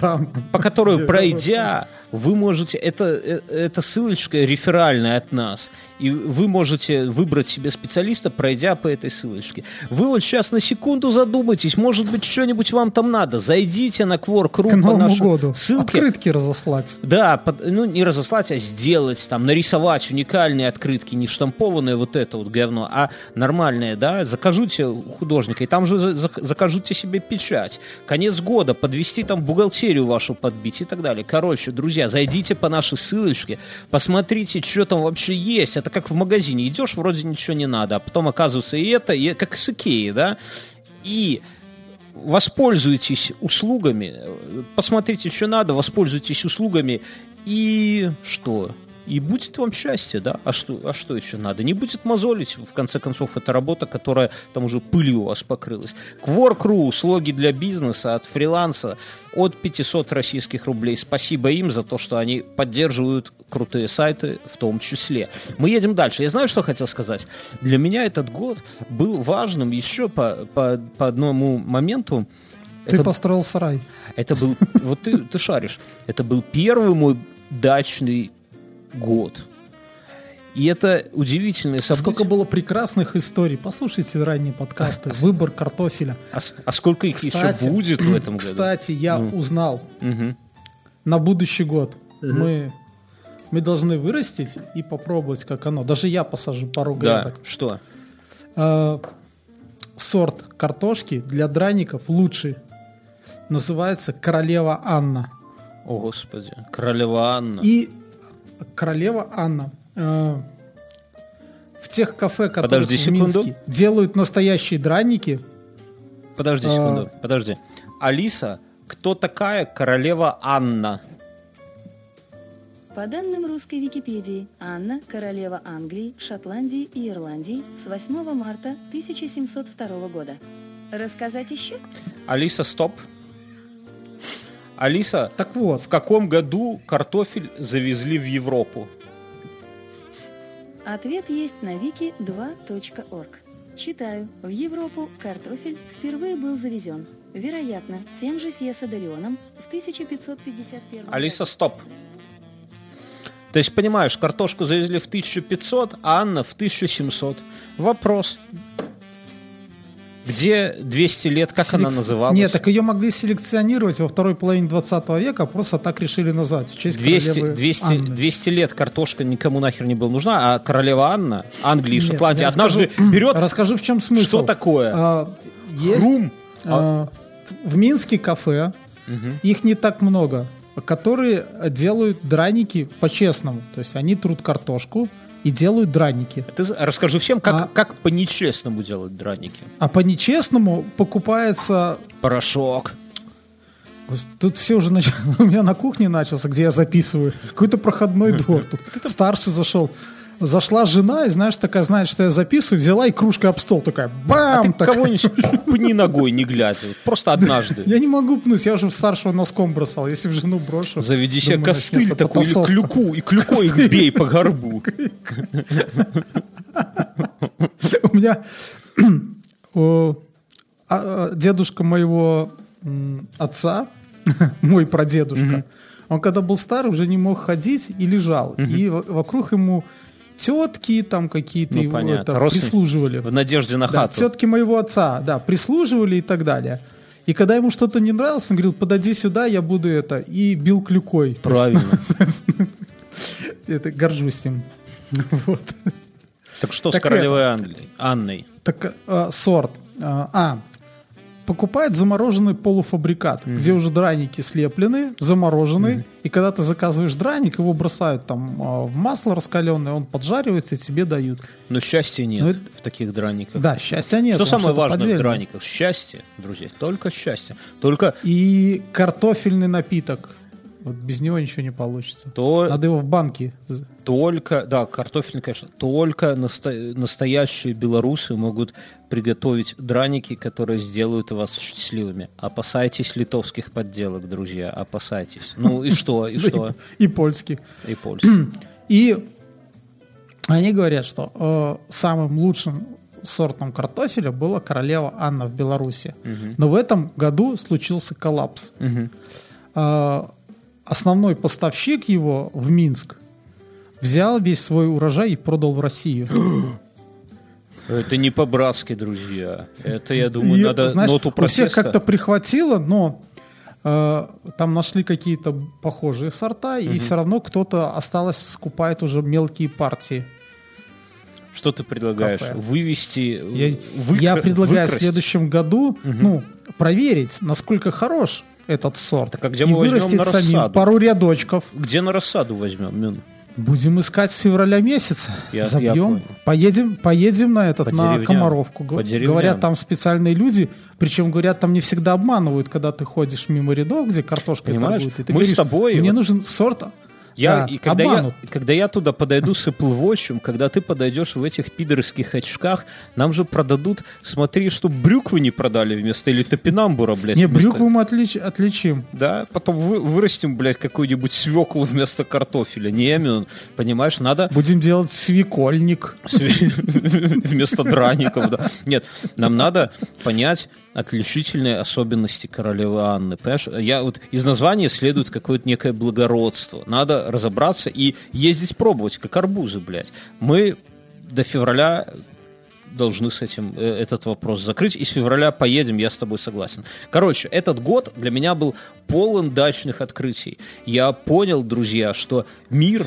пройдя, вы можете, это ссылочка реферальная от нас, и вы можете выбрать себе специалиста, пройдя по этой ссылочке. Вы вот сейчас на секунду задумайтесь, может быть, что-нибудь вам там надо. Зайдите на Quark.ru по нашей ссылке. Открытки разослать. Да, не разослать, а сделать, там, нарисовать уникальные открытки, не штампованные вот это вот говно, а нормальные, да, закажите у художника, и там же закажите себе печать. Конец года, подвести там бухгалтерию вашу подбить и так далее. Короче, друзья, зайдите по нашей ссылочке, посмотрите, что там вообще есть. Это как в магазине. Идешь, вроде ничего не надо, а потом оказывается и как с Икеи, да? И воспользуйтесь услугами, посмотрите, что надо, воспользуйтесь услугами, и что? И будет вам счастье, да? А что еще надо? Не будет мозолить, в конце концов, это работа, которая там уже пылью у вас покрылась. Quark.ru, слоги для бизнеса от фриланса от 500 российских рублей. Спасибо им за то, что они поддерживают крутые сайты в том числе. Мы едем дальше. Я знаю, что хотел сказать. Для меня этот год был важным еще по одному моменту. Ты построил сарай. Это был, вот ты шаришь, это был первый мой дачный год. И это удивительное событие. Сколько было прекрасных историй. Послушайте ранние подкасты. Выбор картофеля. А сколько их еще будет в этом году? Кстати, я узнал на будущий год. Мы должны вырастить и попробовать, как оно. Даже я посажу пару грядок. Да, что? Сорт картошки для драников лучший. Называется Королева Анна. О, Господи. Королева Анна. И Королева Анна в тех кафе, которые в Минске делают настоящие драники. Подожди секунду. Подожди. Алиса, кто такая Королева Анна? По данным русской Википедии, Анна – королева Англии, Шотландии и Ирландии с 8 марта 1702 года. Рассказать еще? Алиса, стоп. Алиса, так вот, в каком году картофель завезли в Европу? Ответ есть на wiki2.org. Читаю. В Европу картофель впервые был завезен, вероятно, тем же Сьеса де Леоном в 1551 году. Алиса, стоп. То есть, понимаешь, картошку завезли в 1500, а Анна в 1700. Вопрос. Где 200 лет, как она называлась? Нет, так ее могли селекционировать во второй половине 20 века, просто так решили назвать. В честь 200 лет картошка никому нахер не была нужна, а королева Анна, Англии и Шотландии, однажды берет... Расскажи, в чем смысл. Что такое? Есть в Минске кафе, их не так много, которые делают драники по-честному. То есть они трут картошку и делают драники. Ты расскажи всем, как по-нечестному делают драники. А по-нечестному покупается... Порошок. Тут все уже у меня на кухне начался, где я записываю. Какой-то проходной двор. Тут старший зашел. Зашла жена, и, знаешь, такая знает, что я записываю, взяла и кружкой об стол такая, бам! А ты кого-нибудь пни ногой, не глядя. Просто однажды. Я не могу пнуть, я уже в старшего носком бросал. Если в жену брошу... Заведи себе костыль такой или клюку, и клюкой их бей по горбу. У меня дедушка моего отца, мой прадедушка, он когда был старый, уже не мог ходить и лежал. И вокруг ему тетки там какие-то его прислуживали. В надежде на хату. Тетки моего отца, да, прислуживали и так далее. И когда ему что-то не нравилось, он говорил, подойди сюда, я буду это. И бил клюкой. Правильно. Это горжусь им. Вот. Так что с королевой Анной? Так сорт. Покупают замороженный полуфабрикат, где уже драники слеплены, замороженные. И когда ты заказываешь драник, его бросают там в масло раскаленное, он поджаривается и тебе дают. Но счастья нет в таких драниках. Да, счастья нет. Что самое важное в драниках? Счастье, друзья. Только счастье. Только... И картофельный напиток. Вот без него ничего не получится. Надо его в банке. Только, да, картофельный, конечно. Только настоящие белорусы могут приготовить драники, которые сделают вас счастливыми. Опасайтесь литовских подделок, друзья. Опасайтесь. Ну и что? И что? И польских. И польских. И они говорят, что самым лучшим сортом картофеля была королева Анна в Беларуси. Но в этом году случился коллапс. Основной поставщик его в Минск взял весь свой урожай и продал в Россию. Это не по-братски, друзья. Это, я думаю, надо ноту протеста. У всех как-то прихватило, но там нашли какие-то похожие сорта, и все равно кто-то осталось скупает уже мелкие партии. Что ты предлагаешь? Кафе. Вывести? Я предлагаю в следующем году проверить, насколько хорош этот сорт. Так, а где мы возьмем на рассаду? Пару рядочков. Где на рассаду возьмем, Мин? Будем искать с февраля месяца. Забьем. Поедем на Комаровку. Говорят, там специальные люди. Причем, говорят, там не всегда обманывают, когда ты ходишь мимо рядов, где картошка торгуют. Мы с тобой... Мне нужен сорт Когда я туда подойду с Apple Watch, когда ты подойдешь в этих пидорских очках, нам же продадут, смотри, что брюквы не продали вместо, или топинамбура, блядь. Не, вместо... брюкву мы отличим. Да, потом вырастим, блядь, какую-нибудь свеклу вместо картофеля. Не, понимаешь, надо... Будем делать свекольник. Вместо драников, да. Нет, нам надо понять отличительные особенности королевы Анны. Понимаешь, из названия следует какое-то некое благородство. Надо разобраться и ездить пробовать, как арбузы, блядь. Мы до февраля должны с этим этот вопрос закрыть. И с февраля поедем, я с тобой согласен. Короче, этот год для меня был полон дачных открытий. Я понял, друзья, что мир,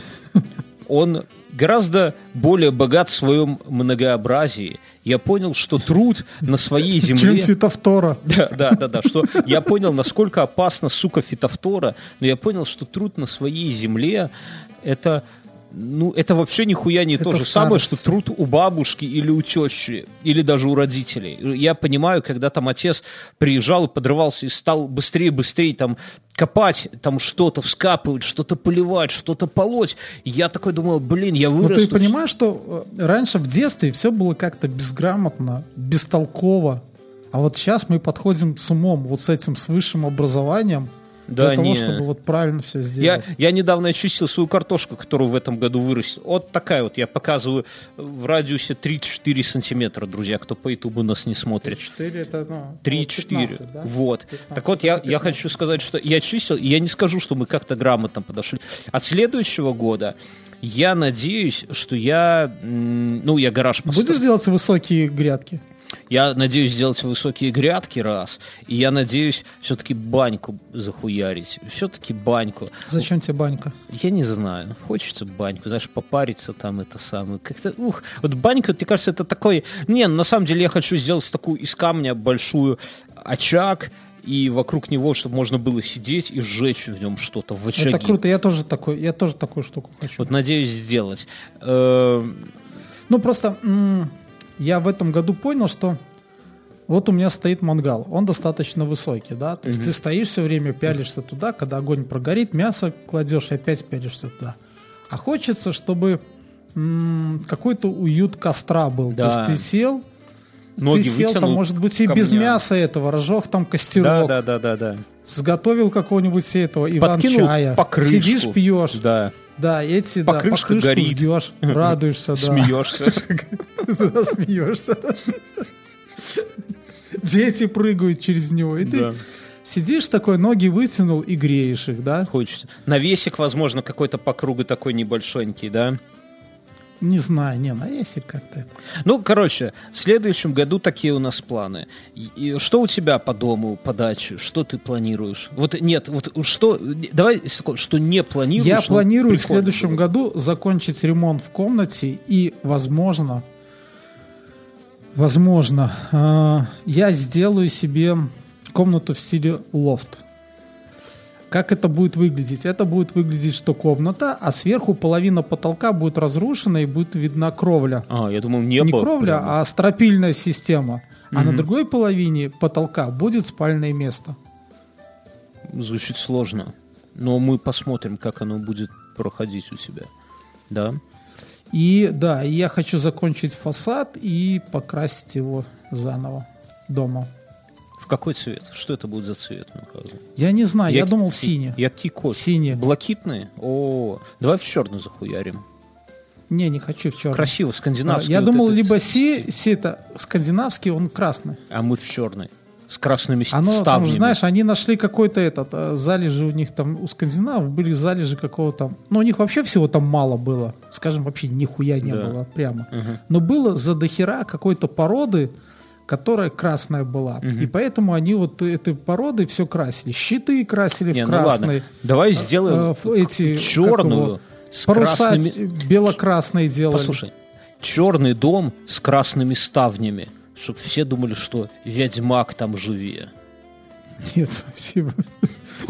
он гораздо более богат в своем многообразии. Я понял, что труд на своей земле... Чем фитофтора. Да. Что я понял, насколько опасна, сука, фитофтора, но я понял, что труд на своей земле это вообще нихуя не то же самое, что труд у бабушки или у тещи, или даже у родителей. Я понимаю, когда там отец приезжал и подрывался, и стал быстрее там копать, там что-то вскапывать, что-то поливать, что-то полоть. И я такой думал, я вырасту. Ну ты понимаешь, что раньше в детстве все было как-то безграмотно, бестолково. А вот сейчас мы подходим с умом, вот с этим, с высшим образованием, для того, чтобы вот правильно все сделать. Я недавно очистил свою картошку, которую в этом году вырастил. Вот такая вот, я показываю в радиусе 3-4 сантиметра, друзья, кто по ютубу нас не смотрит. 3-4 это, 3-4, да? вот. 15, так вот, я хочу сказать, что я чистил, и я не скажу, что мы как-то грамотно подошли. От следующего года я надеюсь, что я гараж построю. Будешь делать высокие грядки? Я надеюсь сделать высокие грядки раз, и я надеюсь все-таки баньку захуярить. Все-таки баньку. Зачем тебе банька? Я не знаю. Хочется баньку, знаешь, попариться там, это самое. Как-то, вот банька, мне кажется, это такой... Не, на самом деле я хочу сделать такую из камня большую очаг, и вокруг него, чтобы можно было сидеть и сжечь в нем что-то в очаге. Это круто, я тоже такую штуку хочу. Вот надеюсь сделать. Просто... Я в этом году понял, что вот у меня стоит мангал, он достаточно высокий, да, то есть ты стоишь все время, пялишься туда, когда огонь прогорит, мясо кладешь и опять пялишься туда. А хочется, чтобы какой-то уют костра был, да. То есть ты сел, вытянул, там, может быть, и без мяса этого, разжег там костерок, да. Сготовил какого-нибудь этого иван-чая, сидишь, пьешь. Да, покрышку горит. Ждешь, радуешься, смеешься. Смеешься. Дети прыгают через него, и ты сидишь такой, ноги вытянул и греешь их, да? Хочется. Навесик, возможно, какой-то по кругу такой небольшонький, да? Не знаю, навесик как-то. В следующем году такие у нас планы. И что у тебя по дому, по даче? Что ты планируешь? Давай, что не планируешь? Я планирую в следующем году закончить ремонт в комнате и, возможно, я сделаю себе комнату в стиле лофт. Как это будет выглядеть? Это будет выглядеть, что комната, а сверху половина потолка будет разрушена и будет видна кровля. Я думал, небо. Не кровля, прямо. А стропильная система. А на другой половине потолка будет спальное место. Звучит сложно. Но мы посмотрим, как оно будет проходить у тебя. Да? И я хочу закончить фасад и покрасить его заново дома. В какой цвет? Что это будет за цвет? Я не знаю, я думал синий. Синий. Блакитные? Давай в черный захуярим. Не хочу в черный. Красиво, скандинавский. Я думал, либо это скандинавский, он красный. А мы в черный. С красными ставнями. Там, знаешь, они нашли какой-то залежи у них там, у скандинавов были залежи какого-то... у них вообще всего там мало было. Скажем, вообще нихуя не было прямо. Но было за дохера какой-то породы, которая красная была. И поэтому они вот этой породы все красили. Щиты красили в красный. Ладно. Давай сделаем черную с красными... бело-красные делали. Послушай, черный дом с красными ставнями. Чтобы все думали, что ведьмак там живее. Нет, спасибо.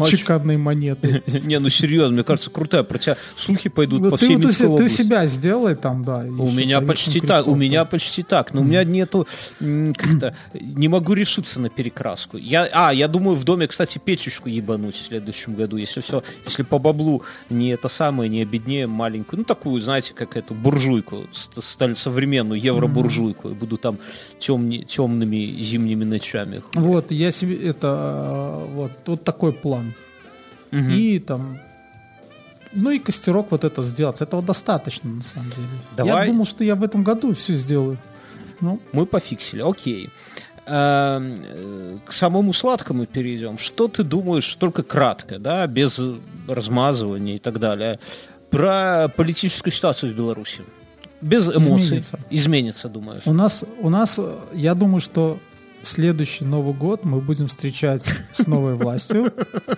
чеканной монеты. Не, ну серьезно, мне кажется, крутая. Про тебя слухи пойдут по всей Минской Ты области. себя сделай там, да. У меня почти так, но у меня нету, как-то, не могу решиться на перекраску. Я думаю в доме, кстати, печечку ебануть в следующем году, если по баблу не это самое, не обеднее маленькую, ну такую, знаете, как эту буржуйку, современную евробуржуйку, и буду там темными зимними ночами. Вот, я себе, это, вот такой план. И там... Ну и костерок вот это сделать. Этого достаточно, на самом деле. Давай. Я думал, что я в этом году все сделаю. Ну. Мы пофиксили, окей. К самому сладкому перейдем. Что ты думаешь, только кратко, да, без размазывания и так далее, про политическую ситуацию в Беларуси? Без эмоций. Изменится, думаешь? У нас, я думаю, что следующий Новый год мы будем встречать с новой властью.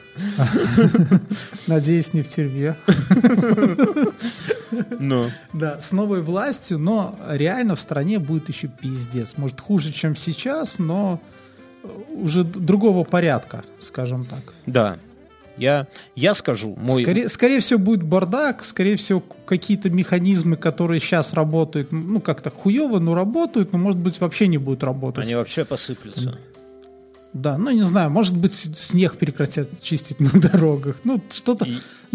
Надеюсь, не в тюрьме. Да, с новой властью, но реально в стране будет еще пиздец. Может, хуже, чем сейчас, но уже другого порядка, скажем так. Да. Я скажу. Скорее всего, будет бардак, скорее всего, какие-то механизмы, которые сейчас работают, ну, как-то хуево, но работают, но, может быть, вообще не будут работать. Они вообще посыплются. Да, ну, не знаю, может быть, снег прекратят чистить на дорогах. Ну, что-то,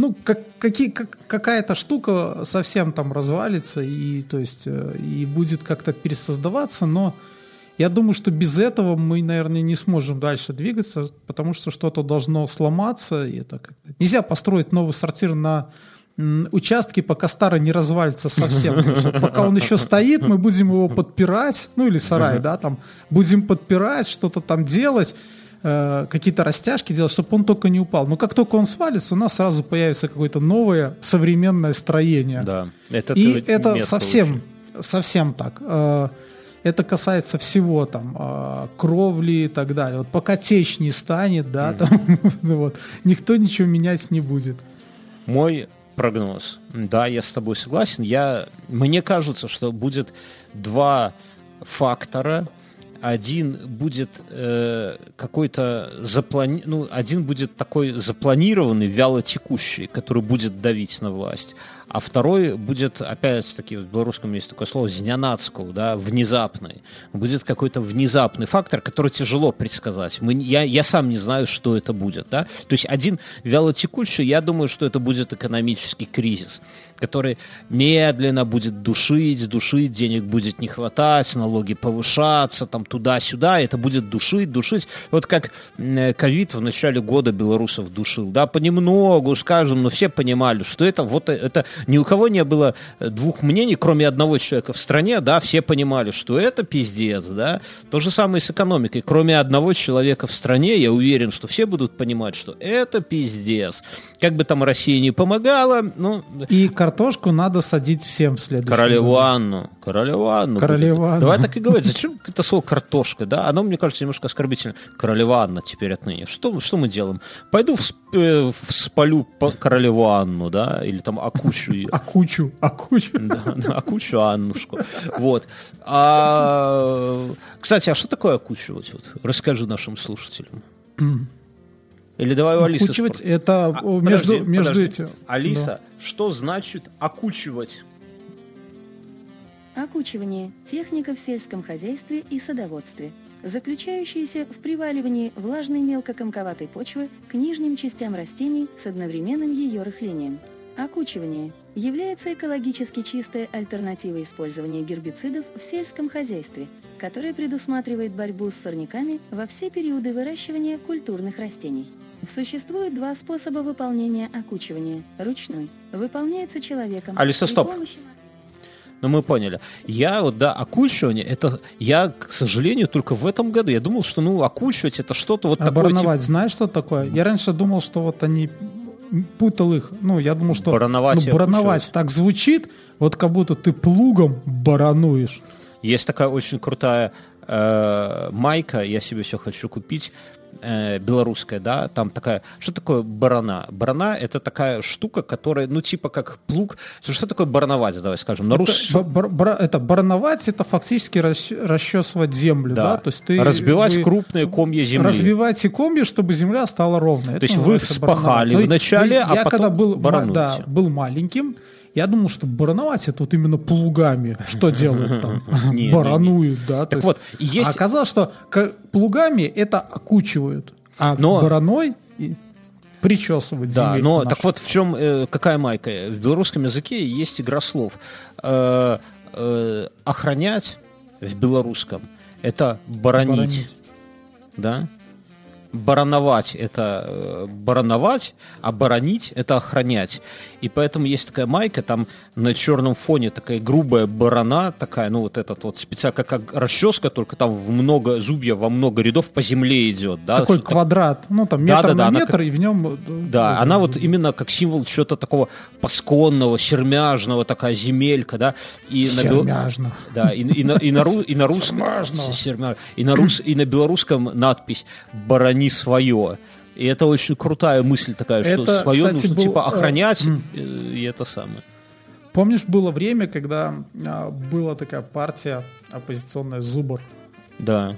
какая-то штука совсем там развалится, и, то есть, и будет как-то пересоздаваться, но я думаю, что без этого мы, наверное, не сможем дальше двигаться, потому что что-то должно сломаться. И это как-то... Нельзя построить новый сортир на участке, пока старый не развалится совсем. Пока он еще стоит, мы будем его подпирать, ну или сарай, да, там, будем подпирать, что-то там делать, какие-то растяжки делать, чтобы он только не упал. Но как только он свалится, у нас сразу появится какое-то новое современное строение. Да. И это совсем так. Это касается всего, там, кровли и так далее. Вот пока течь не станет, да, там, вот, никто ничего менять не будет. Мой прогноз. Да, я с тобой согласен. Мне кажется, что будет два фактора. Один будет какой-то один будет такой запланированный, вялотекущий, который будет давить на власть. А второй будет, опять-таки, в белорусском есть такое слово «знянацкого», да, внезапный. Будет какой-то внезапный фактор, который тяжело предсказать. Я сам не знаю, что это будет. Да? То есть один вялотекущий, я думаю, что это будет экономический кризис, который медленно будет душить, денег будет не хватать, налоги повышаться, там туда-сюда, это будет душить. Вот как ковид в начале года белорусов душил, да, понемногу, скажем, но все понимали, что это ни у кого не было двух мнений, кроме одного человека в стране, да, все понимали, что это пиздец, да. То же самое с экономикой, кроме одного человека в стране, я уверен, что все будут понимать, что это пиздец. Как бы там Россия не помогала, ну... И картошку надо садить всем в следующем Королеву Анну. Давай так и говорить. Зачем это слово «картошка», да? Оно, мне кажется, немножко оскорбительно. Королева Анна теперь отныне. Что мы делаем? Пойду спалю Королеву Анну, да? Или там окучу ее. Окучу. Да, окучу Аннушку. Вот. Кстати, а что такое окучивать? Вот, расскажи нашим слушателям. Или давай у Алисы спросим. Окучивать это между этим. Алиса, да. Что значит окучивать? Окучивание – техника в сельском хозяйстве и садоводстве, заключающаяся в приваливании влажной мелкокомковатой почвы к нижним частям растений с одновременным ее рыхлением. Окучивание является экологически чистой альтернативой использования гербицидов в сельском хозяйстве, которое предусматривает борьбу с сорняками во все периоды выращивания культурных растений. Существует два способа выполнения окучивания. Ручной. Выполняется человеком. Алиса, стоп. Ну, мы поняли. Окучивание, это я, к сожалению, только в этом году. Я думал, что, окучивать это что-то вот такое. Барановать, знаешь, что такое? Я раньше думал, что вот они путал их. Я думал, что барановать так звучит, вот как будто ты плугом барануешь. Есть такая очень крутая майка, я себе все хочу купить. белорусская, да, там такая, что такое барана? Барана — это такая штука, которая, ну, типа как плуг. Что такое барановать, давай скажем? На Это барановать, это фактически расчесывать землю, да? То есть разбивать крупные комья земли. Разбивайте комья, чтобы земля стала ровной. То есть вы вспахали вначале, а потом когда барануете. был маленьким, я думал, что барановать — это вот именно плугами. Что делают там? Барануют, да. Так вот, А оказалось, что плугами это окучивают, а бараной причесывать земельку. Да, но нашу. так вот в чем, какая майка? В белорусском языке есть игра слов. Охранять в белорусском — это баранить. Да? Барановать — это барановать, а баранить — это охранять. И поэтому есть такая майка, там на черном фоне такая грубая барана, такая, ну вот этот вот специально как расческа, только там в много зубья, во много рядов по земле идет. Да? Такой квадрат, ну там метр на метр, и в нем... Да, она вот именно как символ чего-то такого пасконного, сермяжного, такая земелька, да. Сермяжного. Да, и на русском... И на белорусском надпись «Барани свое». И это очень крутая мысль такая, что это, свое, кстати, нужно типа охранять, и это самое. Помнишь, было время, когда была такая партия оппозиционная «Зубр»? Да.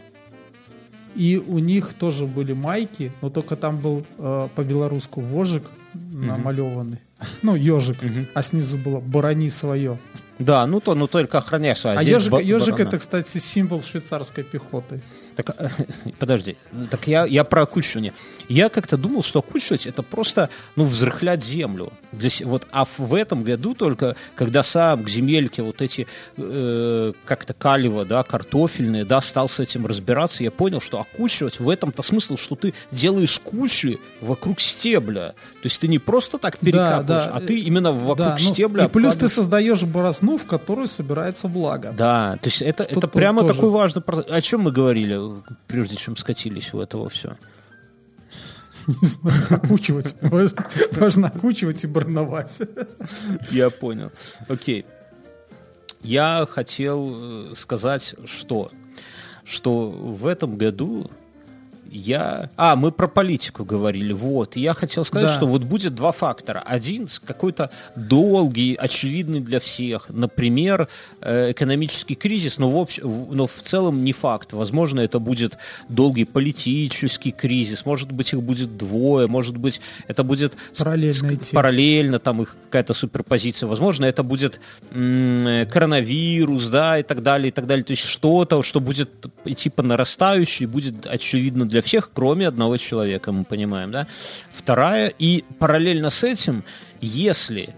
И у них тоже были майки, но только там был по-белорусски «Вожик» намалеванный. Ну, ежик, а снизу было «Барани свое». Да, ну только охраняй свое. А ежик это, кстати, символ швейцарской пехоты. Так, подожди, так я про окучивание. Я как-то думал, что окучивать — это просто, ну, взрыхлять землю. А в этом году только, когда сам к земельке вот эти как-то калево, да, картофельные, да, стал с этим разбираться, я понял, что окучивать в этом-то смысл, что ты делаешь кучи вокруг стебля. То есть ты не просто так перекапываешь, а ты именно вокруг стебля. И плюс ты создаешь борозну, в которую собирается влага. Да, то есть это прямо тоже такой важный процесс. О чем мы говорили, прежде чем скатились в это все? Не знаю, окучивать. Важно окучивать и барановать. Я понял. Окей. Я хотел сказать, что в этом году мы про политику говорили, вот. И я хотел сказать, что вот будет два фактора. Один какой-то долгий, очевидный для всех. Например, экономический кризис, но в целом не факт. Возможно, это будет долгий политический кризис. Может быть, их будет двое. Может быть, это будет параллельно там их какая-то суперпозиция. Возможно, это будет коронавирус, да, и так далее, и так далее. То есть что-то, что будет идти по нарастающей, будет очевидно для всех, кроме одного человека, мы понимаем, да? Вторая, и параллельно с этим, если,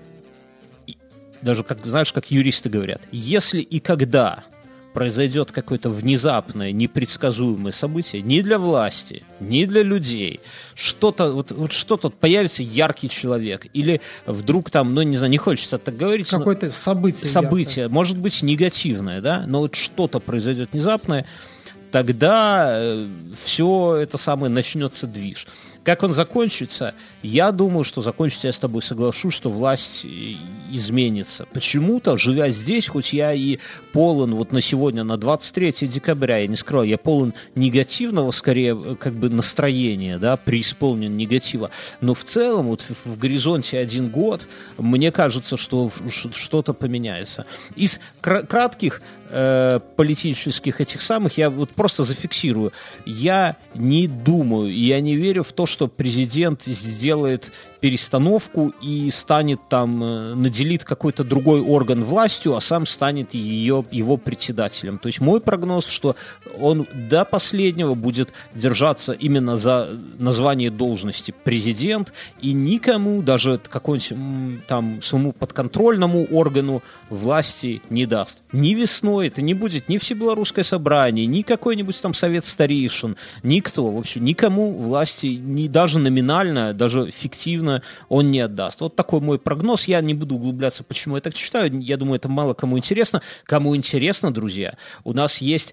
даже, как юристы говорят, если и когда произойдет какое-то внезапное, непредсказуемое событие, ни для власти, ни для людей, что-то появится яркий человек, или вдруг там, ну, не знаю, не хочется так говорить. Какое-то событие, может быть, негативное, да, но вот что-то произойдет внезапное, тогда все это самое начнется движ. Как он закончится? Я думаю, что закончится, я с тобой соглашусь, что власть изменится. Почему-то, живя здесь, хоть я и полон вот на сегодня, на 23 декабря, я не скрою, я полон негативного, скорее, как бы настроения, да, преисполнен негатива. Но в целом, вот в горизонте 1 год, мне кажется, что что-то поменяется. Из кратких политических этих самых, я вот просто зафиксирую. Я не думаю, я не верю в то, что президент сделает перестановку и станет там, наделит какой-то другой орган властью, а сам станет его председателем. То есть мой прогноз, что он до последнего будет держаться именно за название должности президент и никому, даже какому-нибудь там своему подконтрольному органу власти не даст. Ни весной это не будет ни Всебелорусское собрание, ни какой-нибудь там совет старейшин, никто вообще, никому власти, даже номинально, даже фиктивно он не отдаст. Вот такой мой прогноз. Я не буду углубляться, почему я так считаю. Я думаю, это мало кому интересно. Кому интересно, друзья, у нас есть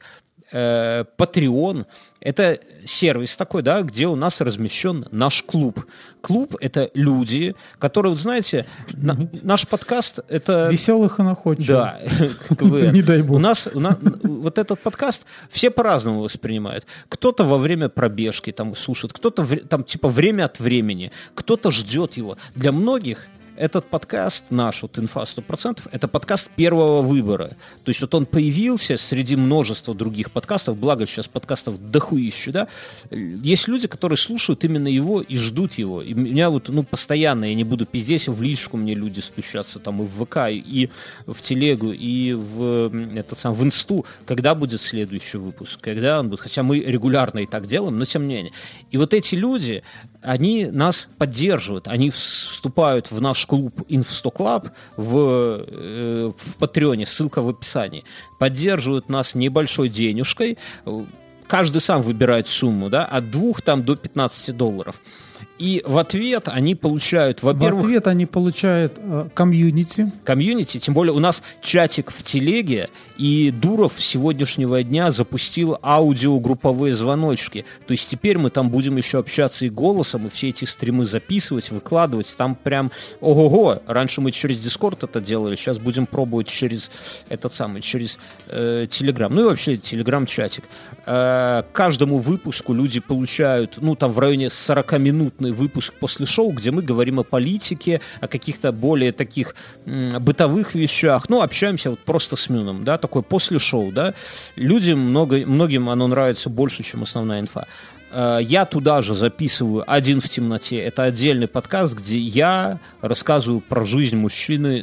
Patreon – это сервис такой, да, где у нас размещен наш клуб. Клуб – это люди, которые, вот знаете, наш подкаст – это… Веселых и находчивых. Да. Не дай бог. У нас вот этот подкаст все по-разному воспринимают. Кто-то во время пробежки там слушает, кто-то там типа время от времени, кто-то ждет его. Для многих этот подкаст наш, вот «Инфа 100%», это подкаст первого выбора. То есть вот он появился среди множества других подкастов, благо сейчас подкастов дохуище, да. Есть люди, которые слушают именно его и ждут его. И меня вот, постоянно, я не буду пиздеть, в личку мне люди стучатся там и в ВК, и в телегу, и в инсту, когда будет следующий выпуск, когда он будет. Хотя мы регулярно и так делаем, но тем не менее. И вот эти люди, они нас поддерживают, они вступают в наш клуб Инф100 Club в Патреоне, ссылка в описании, поддерживают нас небольшой денежкой, каждый сам выбирает сумму, да, от $2 до $15. И в ответ они получают, во-первых… В ответ они получают комьюнити. Комьюнити, тем более у нас чатик в телеге, и Дуров с сегодняшнего дня запустил аудиогрупповые звоночки. То есть теперь мы там будем еще общаться и голосом, и все эти стримы записывать, выкладывать. Там прям ого-го. Раньше мы через Discord это делали, сейчас будем пробовать через Telegram. Ну и вообще Telegram-чатик. К каждому выпуску люди получают, там в районе 40-минутный выпуск после шоу, где мы говорим о политике, о каких-то более таких бытовых вещах. Общаемся вот просто с Мюном, да, такое после шоу, да. Многим оно нравится больше, чем основная инфа. Я туда же записываю «Один в темноте». Это отдельный подкаст, где я рассказываю про жизнь мужчины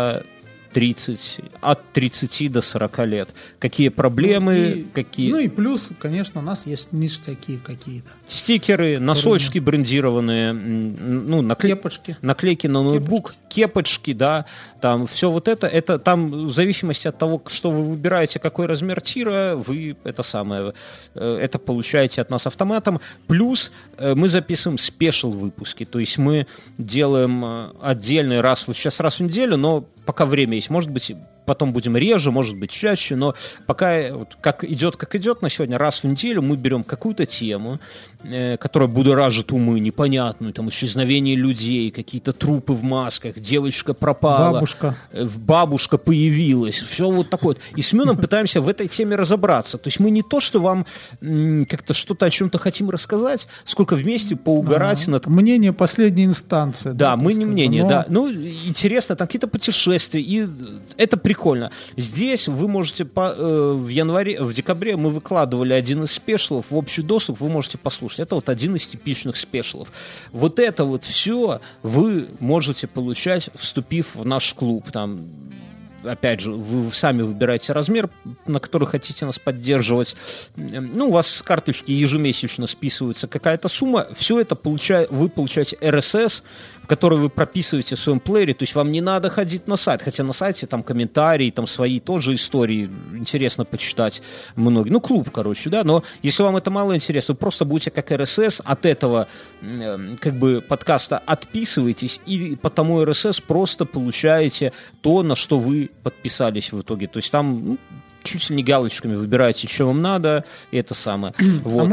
от 30 до 40 лет. Какие проблемы, какие… Ну и плюс, конечно, у нас есть ништяки какие-то. Стикеры, носочки брендированные, кепочки. Наклейки на ноутбук, кепочки, да, там все вот это там в зависимости от того, что вы выбираете, какой размер тира, вы это получаете от нас автоматом. Плюс мы записываем спешл-выпуски, то есть мы делаем отдельный раз в неделю, но пока время есть. Может быть, потом будем реже, может быть, чаще, но пока как идет на сегодня, раз в неделю мы берем какую-то тему, которая будоражит умы, непонятную, там, исчезновение людей, какие-то трупы в масках, девочка пропала, бабушка появилась, все вот такое. И с Мюном пытаемся в этой теме разобраться. То есть мы не то, что вам как-то что-то о чем-то хотим рассказать, сколько вместе поугарать над… Мнение последней инстанции. Да, мы не мнение, да. Интересно, там какие-то путешествия, и это прикольно. Здесь вы можете в декабре мы выкладывали один из спешлов в общий доступ, вы можете послушать. Это вот один из типичных спешлов. Вот это вот все вы можете получать, вступив в наш клуб. Там, опять же, вы сами выбираете размер, на который хотите нас поддерживать. У вас с карточки ежемесячно списывается какая-то сумма. Все это вы получаете RSS, в который вы прописываете в своем плеере, то есть вам не надо ходить на сайт, хотя на сайте там комментарии, там свои тоже истории, интересно почитать многие. Клуб, да, но если вам это мало интересно, вы просто будете как RSS от этого подкаста отписываетесь, и по тому RSS просто получаете то, на что вы подписались в итоге. То есть там чуть ли не галочками выбираете, что вам надо, и это самое. Вот.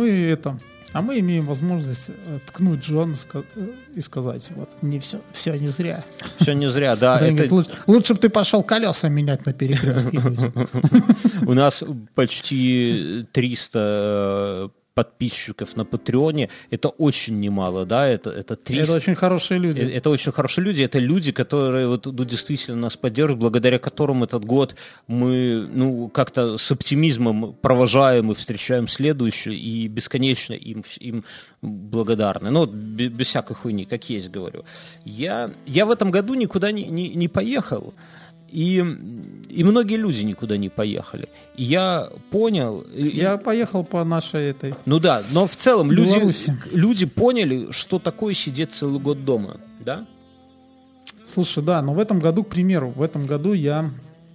А мы имеем возможность ткнуть Джона и сказать, вот, не все не зря. Все не зря, да. Лучше бы ты пошел колеса менять на перекрестке. У нас почти 300 подписчиков на Патреоне. Это очень немало, да, это 300. Это очень хорошие люди. Это очень хорошие люди, это люди, которые действительно нас поддерживают, благодаря которым этот год мы, как-то с оптимизмом провожаем и встречаем следующий, и бесконечно им благодарны. Без всякой хуйни, как есть, говорю. Я в этом году никуда не поехал. И многие люди никуда не поехали. И я понял… Я поехал по нашей этой… но в целом люди поняли, что такое сидеть целый год дома, да? Слушай, да, но в этом году, к примеру, я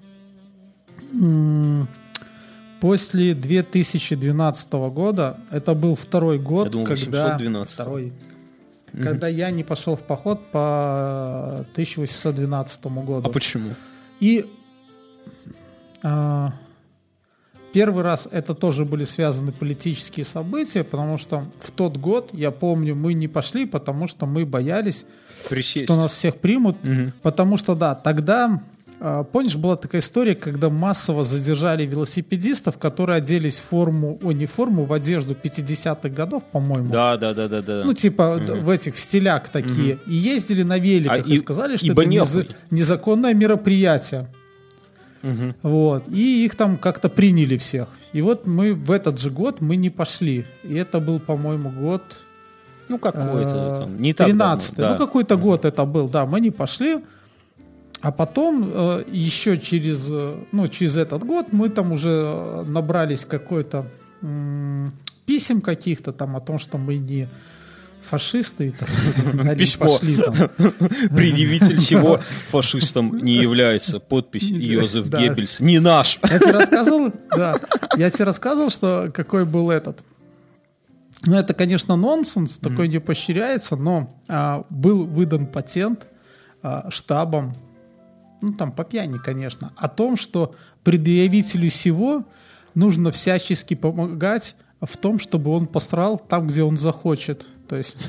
после 2012 года, это был второй год, когда я не пошел в поход по 1812 году. А почему? И Первый раз это тоже были связаны политические события, потому что в тот год, я помню, мы не пошли, потому что мы боялись, Присесть. что нас всех примут. Потому что, да, тогда, помнишь, была такая история, когда массово задержали велосипедистов, которые оделись в форму, в одежду 50-х годов, по-моему. Да. Ну, типа в этих в стиляк такие. И ездили на великах и сказали, что это незаконное мероприятие. Вот. И их там как-то приняли всех. И вот мы в этот же год мы не пошли. И это был, по-моему, год... Ну, какой-то там, не так 13-й. давно, да. Ну, какой-то год это был. Да, мы не пошли. А потом еще через этот год мы там уже набрались какой-то писем каких-то там о том, что мы не фашисты. Письмо. Предъявитель всего фашистом не является. Подпись Йозеф Геббельс. Не наш. Я тебе рассказывал, что какой был этот. Ну, это, конечно, нонсенс, такой не поощряется, но был выдан патент штабом, ну, там, по пьяни, конечно, о том, что предъявителю всего нужно всячески помогать в том, чтобы он посрал там, где он захочет. То есть,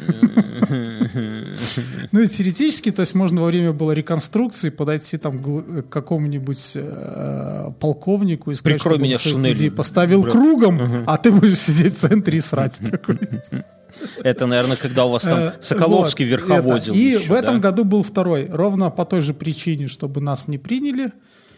ну и теоретически, то есть можно во время была реконструкции подойти там к какому-нибудь полковнику и сказать, прикрой чтобы меня он своих шинелью, людей поставил кругом, а ты будешь сидеть в центре и срать такой. Это, наверное, когда у вас там Соколовский верховодил. И в этом году был второй, ровно по той же причине, чтобы нас не приняли.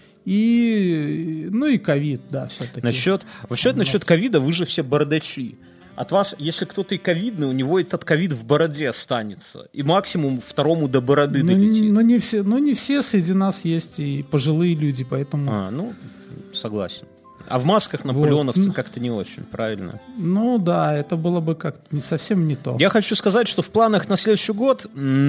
И, ну и ковид, да, все-таки. Насчет ковида вы же все бородачи. От вас, если кто-то и ковидный, у него этот ковид в бороде останется. И максимум второму до бороды долетит. Не все среди нас есть и пожилые люди, поэтому... Согласен. А в масках наполеоновцы как-то не очень, правильно? Ну да, это было бы как-то не совсем не то. Я хочу сказать, что в планах на следующий год...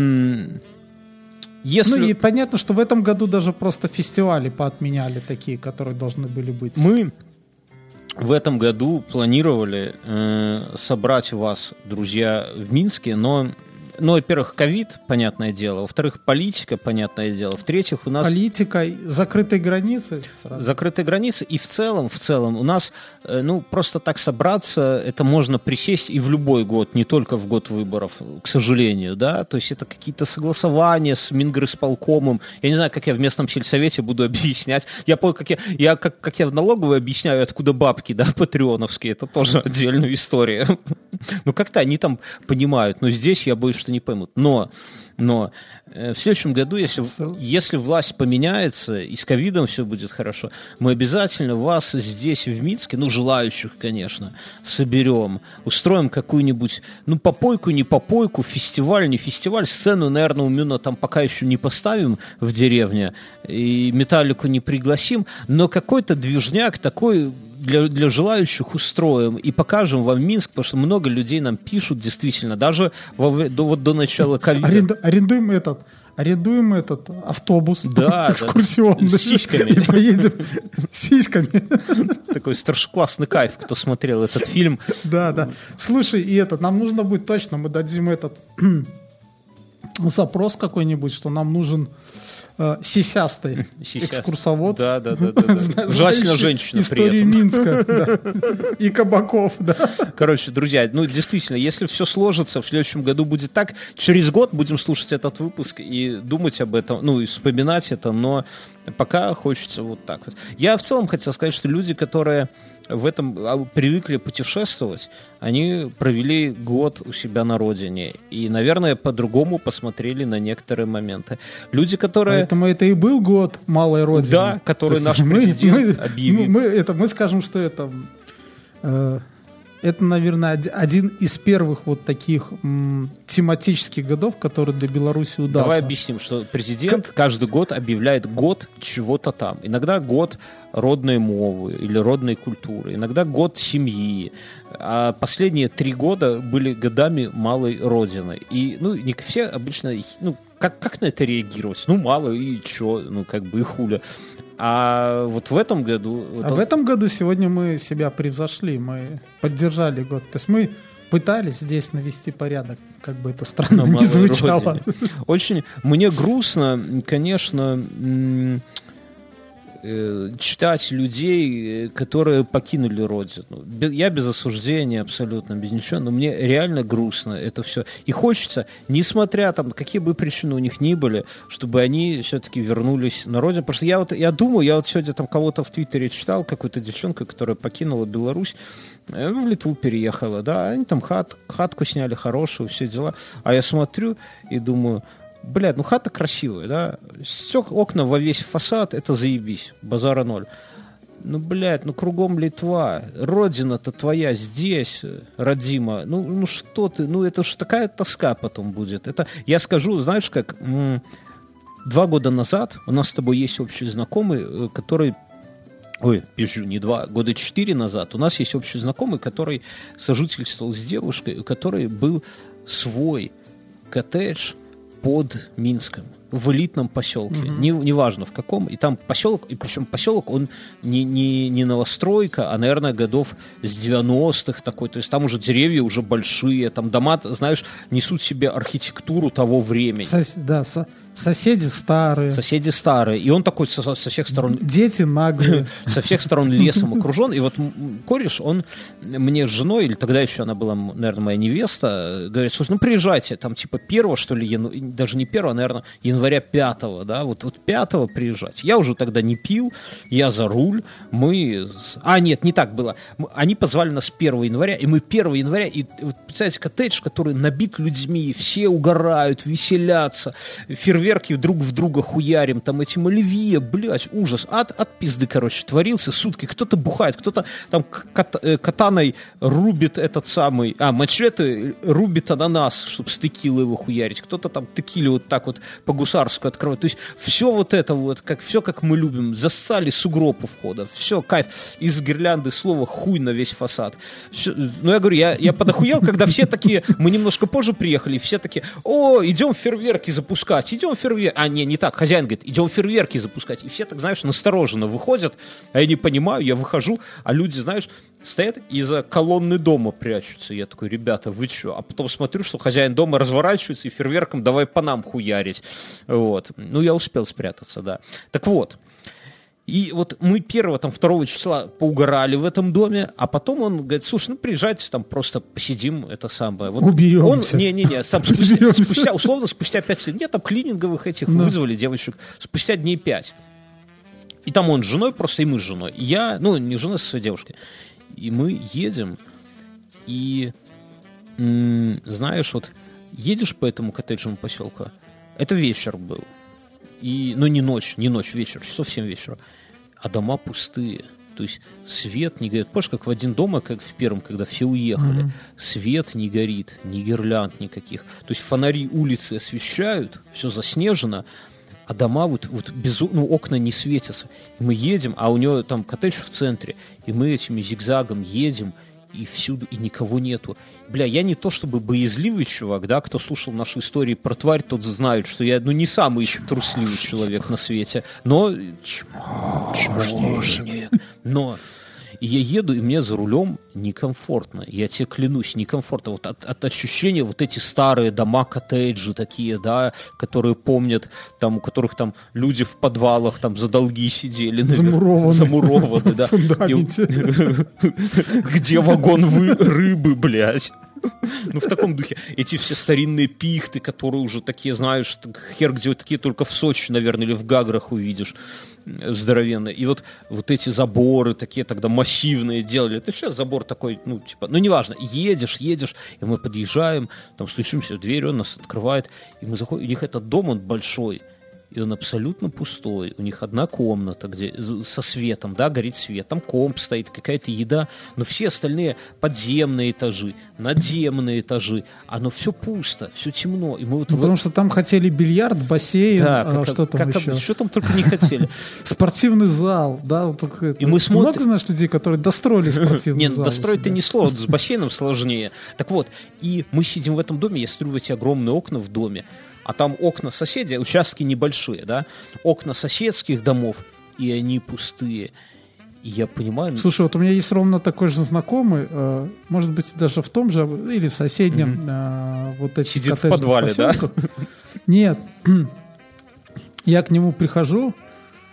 Ну и понятно, что в этом году даже просто фестивали поотменяли такие, которые должны были быть. Мы в этом году планировали собрать вас, друзья, в Минске, но, во-первых, ковид, понятное дело, во-вторых, политика, понятное дело, в-третьих, у нас... Политика, закрытые границы. Закрытые границы, и в целом у нас, просто так собраться, это можно присесть и в любой год, не только в год выборов, к сожалению, да, то есть это какие-то согласования с Мингрисполкомом, я не знаю, как я в местном сельсовете буду объяснять, я помню, как я в налоговой объясняю, откуда бабки, да, патреоновские, это тоже отдельная история, как-то они там понимают, но здесь я боюсь, что не поймут. Но в следующем году, если власть поменяется и с ковидом все будет хорошо, мы обязательно вас здесь, в Минске, желающих, конечно, соберем, устроим какую-нибудь, попойку, не попойку, фестиваль, не фестиваль, сцену, наверное, у Мюна там пока еще не поставим в деревне, и Металлику не пригласим, но какой-то движняк такой... Для желающих устроим и покажем вам Минск, потому что много людей нам пишут, действительно, даже до начала ковида. Арендуем этот автобус экскурсионный. С сиськами. И поедем с сиськами. Такой старшеклассный кайф, кто смотрел этот фильм. Да. Слушай, и нам нужно будет точно, мы дадим этот запрос какой-нибудь, что нам нужен сисястый экскурсовод. Да. Желательно женщина при этом. Истории Минска. И кабаков, да. Короче, друзья, действительно, если все сложится, в следующем году будет так, через год будем слушать этот выпуск и думать об этом, и вспоминать это, но пока хочется вот так вот. Я в целом хотел сказать, что люди, которые в этом привыкли путешествовать, они провели год у себя на родине и, наверное, по-другому посмотрели на некоторые моменты. Люди, которые... Поэтому это и был год малой родины. Да, который наш президент объявил. Мы скажем, что это, наверное, один из первых вот таких тематических годов, который для Беларуси удался. Давай объясним, что президент каждый год объявляет год чего-то там. Иногда год родной мовы или родной культуры, иногда год семьи. А последние 3 года были годами малой родины. И, не все обычно, как на это реагировать? Мало, и чё, и хуля. А вот в этом году... в этом году сегодня мы себя превзошли, мы поддержали год. То есть мы пытались здесь навести порядок, как бы это странно не звучало. Очень мне грустно, конечно, читать людей, которые покинули родину. Я без осуждения абсолютно, без ничего, но мне реально грустно это все. И хочется, несмотря там, какие бы причины у них ни были, чтобы они все-таки вернулись на родину. Потому что я думаю, я вот сегодня там кого-то в Твиттере читал, какую-то девчонку, которая покинула Беларусь, в Литву переехала, да, они там хатку сняли хорошую, все дела. А я смотрю и думаю, блядь, ну хата красивая, да, окна во весь фасад, это заебись, базара ноль. Ну, блядь, ну кругом Литва, родина-то твоя здесь, родима, ну что ты, ну это ж такая тоска потом будет. Это, я скажу, знаешь как, 2 года назад у нас с тобой есть общий знакомый, который... Ой, пизжу, не 2, года 4 назад у нас есть общий знакомый, который сожительствовал с девушкой, у которой был свой коттедж под Минском, в элитном поселке, неважно в каком, и там поселок, и причем поселок, он не новостройка, а, наверное, годов с 90-х такой, то есть там уже деревья уже большие, там дома, знаешь, несут себе архитектуру того времени. Соседи старые. Соседи старые. И он такой со всех сторон... Дети наглые. Со всех сторон лесом окружен. И вот кореш, он мне с женой, или тогда еще она была, наверное, моя невеста, говорит, слушай, ну приезжайте, там типа 1 что ли, даже не 1, наверное, января 5, да, вот 5 приезжать. Я уже тогда не пил, я за руль, нет, не так было. Они позвали нас 1 января, и мы 1 января, и вот, представляете, коттедж, который набит людьми, все угорают, веселятся, фейерверки друг в друга хуярим, там этим оливье, блядь, ужас, от пизды, короче, творился сутки, кто-то бухает, кто-то там катаной рубит этот самый, мачете рубит ананас, чтобы с текилой его хуярить, кто-то там текилю вот так вот по-гусарски открывает, то есть все вот это вот, все как мы любим, зассали сугроб у входа, все, кайф, из гирлянды слова хуй на весь фасад. Все, ну я говорю, я подохуел, когда все такие, мы немножко позже приехали, все такие, идем фейерверки запускать, не так, хозяин говорит, идем фейерверки запускать. И все так, знаешь, настороженно выходят, а я не понимаю, я выхожу, а люди, знаешь, стоят и за колонны дома прячутся. Я такой, ребята, вы что? А потом смотрю, что хозяин дома разворачивается и фейерверком давай по нам хуярить. Вот. Ну, я успел спрятаться, да. Так вот. И вот мы 1-2 числа поугорали в этом доме, а потом он говорит, слушай, приезжайте, там просто посидим, это самое. Вот уберемся. Там спустя 5 лет, нет, там клининговых этих вызвали девочек спустя дней 5. И там он с женой просто, и мы с женой. И я, не с женой, со своей девушкой. И мы едем, и, знаешь, вот едешь по этому коттеджному поселку, это вечер был. И, не ночь, вечер, часов 7 вечера. А дома пустые. То есть свет не горит. Помнишь, как в один дома, как в первом, когда все уехали, свет не горит, ни гирлянд никаких. То есть фонари улицы освещают, все заснежено, а дома окна не светятся. И мы едем, а у него там коттедж в центре, и мы этими зигзагом едем, и всюду, и никого нету. Бля, я не то чтобы боязливый чувак, да, кто слушал наши истории про тварь, тот знает, что я, не самый трусливый человек на свете, но... Чмошник. Но... И я еду, и мне за рулем некомфортно. Я тебе клянусь, некомфортно. Вот от ощущения вот эти старые дома, коттеджи такие, да, которые помнят, там, у которых там люди в подвалах там за долги сидели. Замурованы, да. Где вагон рыбы, блядь? В таком духе. Эти все старинные пихты, которые уже такие, знаешь, хер где такие только в Сочи, наверное, или в Гаграх увидишь. Здоровенные. И вот эти заборы такие тогда массивные делали. Это сейчас забор такой, неважно. Едешь, и мы подъезжаем, там стучимся в дверь, он нас открывает, и мы заходим. У них этот дом, он большой, и он абсолютно пустой. У них одна комната, где со светом, да, горит свет. Там комп стоит, какая-то еда. Но все остальные подземные этажи, надземные этажи. Оно все пусто, все темно. И мы потому что там хотели бильярд, бассейн, что там еще. Что там только не хотели. Спортивный зал, да. И мы смотрим. Много знаешь людей, которые достроили спортивный зал? Нет, достроить-то не сложно, с бассейном сложнее. Так вот, и мы сидим в этом доме, я смотрю в эти огромные окна в доме. А там окна соседей, участки небольшие, да, окна соседских домов, и они пустые. И я понимаю... Слушай, вот у меня есть ровно такой же знакомый, может быть, даже в том же, или в соседнем, вот этих сидит в подвале, поселках. Да? Нет. Я к нему прихожу,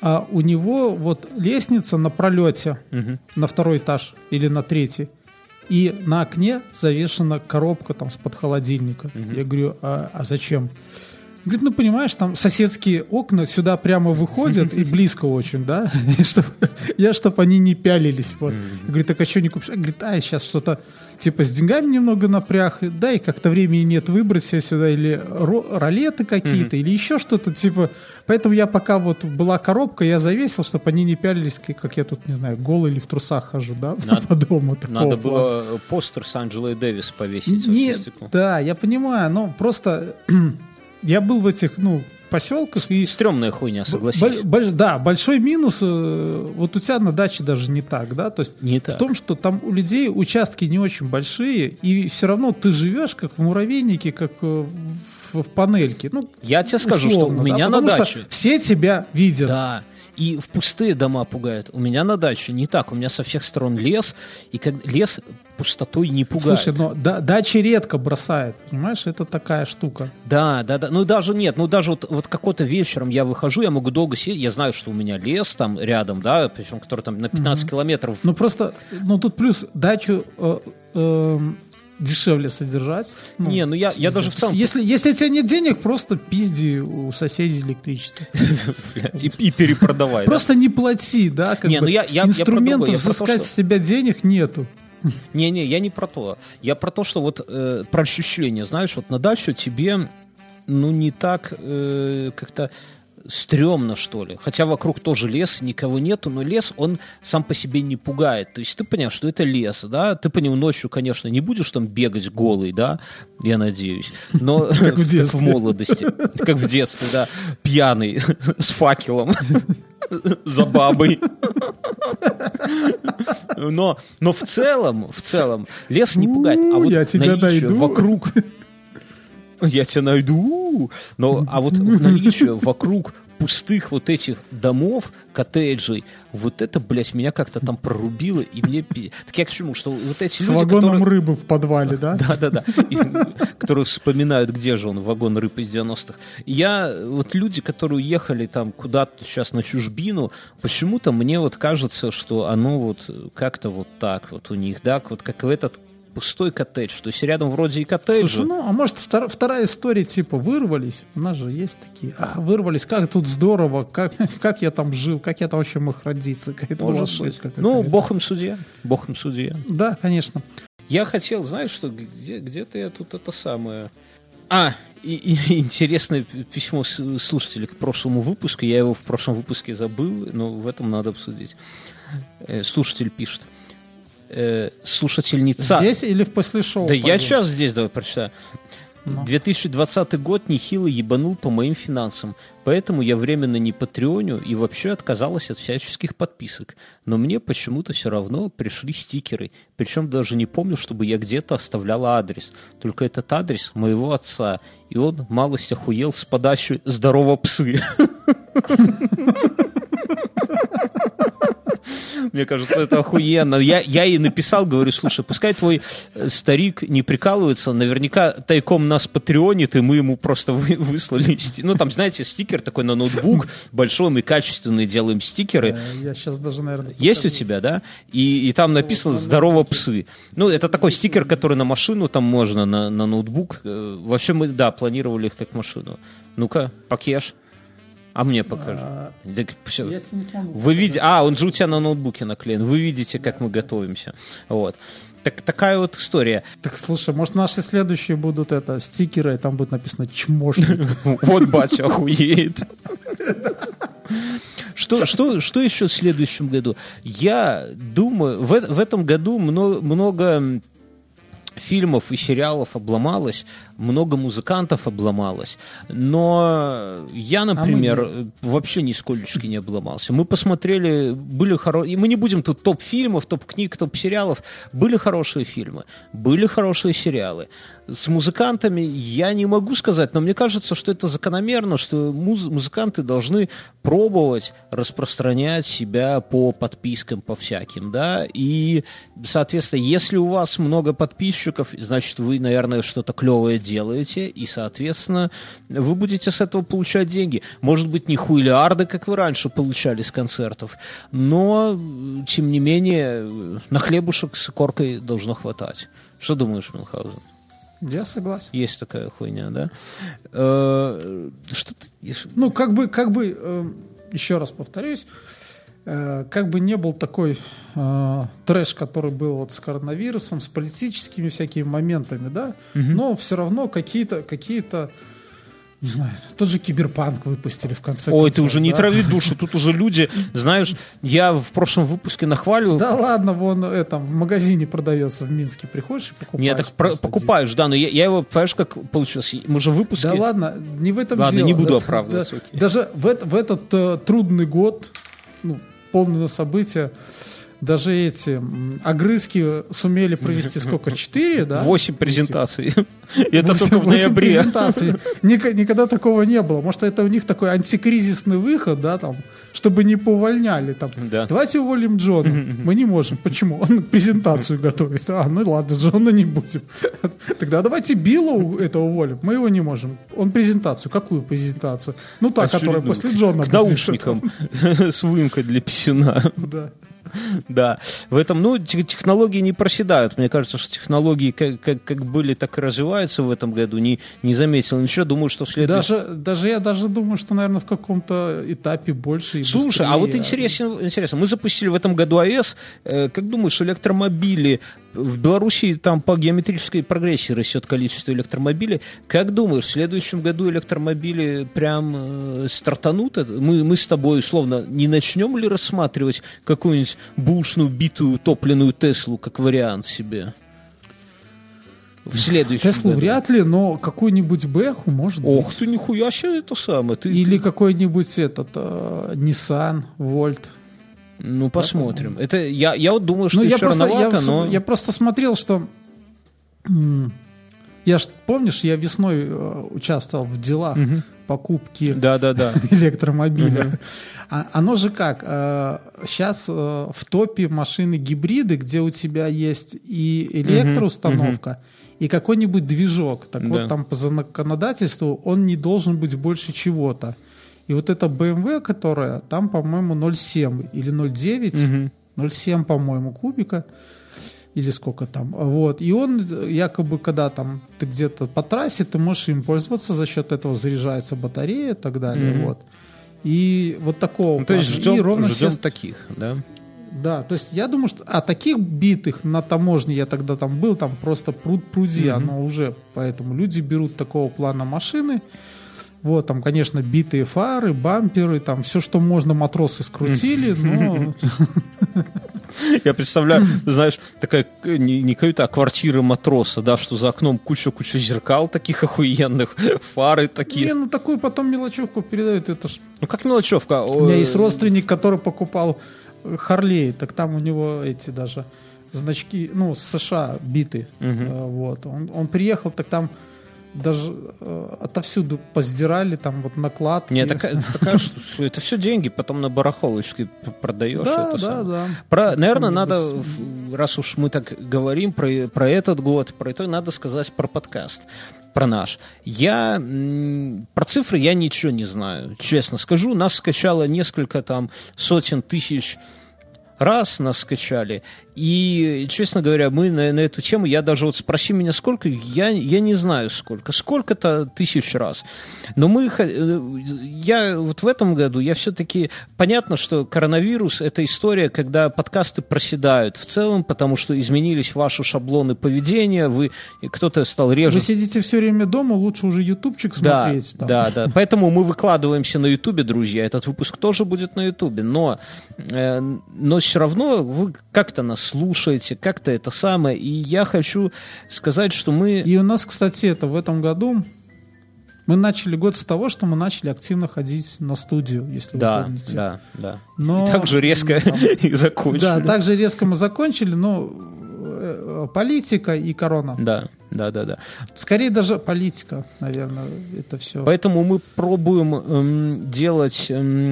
а у него вот лестница на пролете на 2-й этаж или на 3-й. И на окне завешена коробка там с-под холодильника. Я говорю, а зачем? Говорит, ну понимаешь, там соседские окна сюда прямо выходят и близко очень, да, чтобы они не пялились. Вот. Говорит, так а что не купишь? Говорит, сейчас что-то типа с деньгами немного напряг, да, и как-то времени нет, выбрать себе сюда или ролеты какие-то, или еще что-то типа. Поэтому я пока вот была коробка, я завесил, чтобы они не пялились, как я тут, не знаю, голый или в трусах хожу, да, по дому. Надо было постер с Анджелой Дэвис повесить. Нет, да, я понимаю, но просто... Я был в этих, поселках. И стрёмная хуйня, согласись. Да, большой минус, вот у тебя на даче даже не так, да, то есть не в так. том, что там у людей участки не очень большие, и все равно ты живешь как в муравейнике, как в панельке. Я тебе скажу, условно, что у меня на даче... Что все тебя видят. Да. И в пустые дома пугают. У меня на даче не так. У меня со всех сторон лес, и как лес пустотой не пугает. Слушай, но дачи редко бросают, понимаешь? Это такая штука. Да. Ну даже нет, даже вот какой-то вечером я выхожу, я могу долго сидеть, я знаю, что у меня лес там рядом, да, причем который там на 15 километров. Тут плюс дачу... дешевле содержать. Я даже в целом... Если у тебя нет денег, просто пизди у соседей электричество. И перепродавай. Просто не плати, да? Инструментов взыскать с тебя денег нету. Я не про то. Я про то, что вот про ощущение, знаешь, вот на дачу тебе, не так как-то стрёмно, что ли. Хотя вокруг тоже лес, никого нету, но лес, он сам по себе не пугает. То есть ты понимаешь, что это лес, да? Ты по нему ночью, конечно, не будешь там бегать голый, да? Я надеюсь. Но как в молодости. Как в детстве, да. Пьяный, с факелом. За бабой. Но в целом лес не пугает. А вот наличие вокруг... Я тебя найду. А вот наличие вокруг пустых вот этих домов, коттеджей, вот это, блядь, меня как-то там прорубило, и мне... Так я к чему? Что вот эти люди, вагоном рыбы в подвале, да? Да. Которые вспоминают, где же он, вагон рыбы из 90-х. Вот люди, которые уехали там куда-то сейчас на чужбину, почему-то мне вот кажется, что оно вот как-то вот так вот у них, да, вот как в этот пустой коттедж, то есть рядом вроде и коттедж. Слушай, а может вторая история, типа, вырвались? У нас же есть такие. Вырвались, как тут здорово, как я там жил, как я там вообще мог родиться. Может быть. Бог им судья. Бог им судья. Да, конечно. Я хотел, знаешь, что где-то я тут это самое... И интересное письмо слушателя к прошлому выпуску. Я его в прошлом выпуске забыл, но в этом надо обсудить. Слушатель пишет. Слушательница. Здесь или в после шоу? Да пойдем? Я сейчас здесь, давай прочитаю. 2020 год нехило ебанул по моим финансам, поэтому я временно не патреоню и вообще отказалась от всяческих подписок. Но мне почему-то все равно пришли стикеры, причем даже не помню, чтобы я где-то оставляла адрес. Только этот адрес моего отца, и он малость охуел с подачи «Здорово, псы». Мне кажется, это охуенно. Я ей написал, говорю, слушай, пускай твой старик не прикалывается, наверняка тайком нас патреонит, и мы ему просто выслали. Там, знаете, стикер такой на ноутбук, большой, мы качественные делаем стикеры. Я сейчас даже, наверное... Есть у тебя, да? И там написано «Здорово, псы». Это такой стикер, который на машину там можно, на ноутбук. Вообще мы, планировали их как машину. Ну-ка, покеш. А мне покажи. Вы видите, он же у тебя на ноутбуке наклеен. Вы видите, как мы готовимся. Вот. Такая вот история. Так слушай, может наши следующие будут стикеры, и там будет написано «Чмошник». Вот батя охуеет. Что еще в следующем году? Я думаю, в этом году много фильмов и сериалов обломалось, много музыкантов обломалось, но я, например, вообще нисколечки не обломался. Мы посмотрели, были хорошие, мы не будем тут топ-фильмов, топ-книг, топ-сериалов, были хорошие фильмы, были хорошие сериалы. С музыкантами я не могу сказать, но мне кажется, что это закономерно, что музыканты должны пробовать распространять себя по подпискам, по всяким, да, и, соответственно, если у вас много подписчиков, подписчиков, значит, вы, наверное, что-то клевое делаете, и, соответственно, вы будете с этого получать деньги. Может быть, не хуйлиарды, как вы раньше получали с концертов, но, тем не менее, на хлебушек с икоркой должно хватать. Что думаешь, Мюнхгаузен? Я согласен. Есть такая хуйня, да? Что ты... Ну, как бы, еще раз повторюсь, как бы не был такой трэш, который был вот с коронавирусом, с политическими всякими моментами, да, но все равно какие-то, не знаю, тот же Киберпанк выпустили в конце концов. Ой, ты уже не трави душу, тут уже люди, знаешь, я в прошлом выпуске нахваливал. Да ладно, вон в магазине продается в Минске, приходишь и покупаешь. Нет, так покупаешь, да, но я его, понимаешь, как получилось, мы же в выпуске... Да ладно, не в этом дело. Ладно, не буду оправдываться. Да, даже в этот трудный год, ну, полный на события, даже эти огрызки сумели провести сколько? 4, да? 8 презентаций. Это только в ноябре. 8 презентаций. Никогда такого не было. Может, это у них такой антикризисный выход, да, там, чтобы не поувольняли. Там. Да. Давайте уволим Джона. Мы не можем. Почему? Он презентацию готовит. Ну ладно, Джона не будем. Тогда давайте Билла это уволим. Мы его не можем. Он презентацию. Какую презентацию? Ну, та, которая после Джона. К наушникам с выемкой для писюна. Да. Да, в этом, ну, технологии не проседают. Мне кажется, что технологии как были, так и развиваются в этом году. Не заметил ничего, думаю, что в следующем... Я даже думаю, что, наверное, в каком-то этапе больше и Слушай, быстрее. а вот интересно, мы запустили в этом году АЭС. Как думаешь, электромобили... В Беларуси там по геометрической прогрессии растет количество электромобилей. Как думаешь, в следующем году электромобили прям стартанут? Мы с тобой, условно, не начнем ли рассматривать какую-нибудь бушную, битую, топленую Теслу как вариант себе? В следующем Теслу году. вряд ли, но какую-нибудь Бэху, может быть. Ох ты, нихуя себе это самое. Или какой-нибудь Nissan Volt. Ну, посмотрим. Это я вот думаю, что еще рановато, но... Я просто смотрел, что... Помнишь, я весной участвовал в делах покупки электромобиля. Оно же как? Сейчас в топе машины-гибриды, где у тебя есть и электроустановка, и какой-нибудь движок. Так вот, там по законодательству он не должен быть больше чего-то. И вот эта BMW, которая, там, по-моему, 0,7 или 0,9, 0,7, по-моему, кубика, или сколько там. Вот. И он якобы, когда там ты где-то по трассе, ты можешь им пользоваться, за счет этого заряжается батарея и так далее. Вот. И вот такого. Ну, то есть ждем таких, да? Да, то есть я думаю, что таких битых на таможне, я тогда там был, там просто пруд-пруди, оно уже, поэтому люди берут такого плана машины. Вот, там, конечно, битые фары, бамперы, там все, что можно, матросы скрутили, но... Я представляю, знаешь, такая не каюта, а квартира матроса, да, что за окном куча зеркал таких охуенных, фары такие. Не, ну такую потом мелочевку передают, это ж... Ну как мелочевка? У меня есть родственник, который покупал Харлей, так там у него эти даже значки, ну, с США биты. Вот. Он приехал, так там даже отовсюду поздирали, там вот накладки. Нет, это все деньги, потом на барахолочке продаешь. Да. Наверное, надо, раз уж мы так говорим про этот год, про это надо сказать про подкаст, про наш. Про цифры я ничего не знаю, честно скажу. Нас скачало несколько там сотен тысяч раз, нас скачали. И, честно говоря, мы на эту тему, я даже вот спроси меня сколько, я не знаю сколько-то тысяч раз. Но я вот в этом году, я все-таки, понятно, что коронавирус — это история, когда подкасты проседают в целом, потому что изменились ваши шаблоны поведения, кто-то стал реже. Вы сидите все время дома, лучше уже ютубчик смотреть. Да. Поэтому мы выкладываемся на ютубе, друзья, этот выпуск тоже будет на ютубе, но все равно вы как-то нас слушаете, как-то это самое. И я хочу сказать, что мы... И у нас, кстати, в этом году мы начали год с того, что мы начали активно ходить на студию, если вы помните. Да. И так же резко и закончили. Да, так же резко мы закончили, но политика и корона. Да. Скорее даже политика, наверное, это все. Поэтому мы пробуем делать...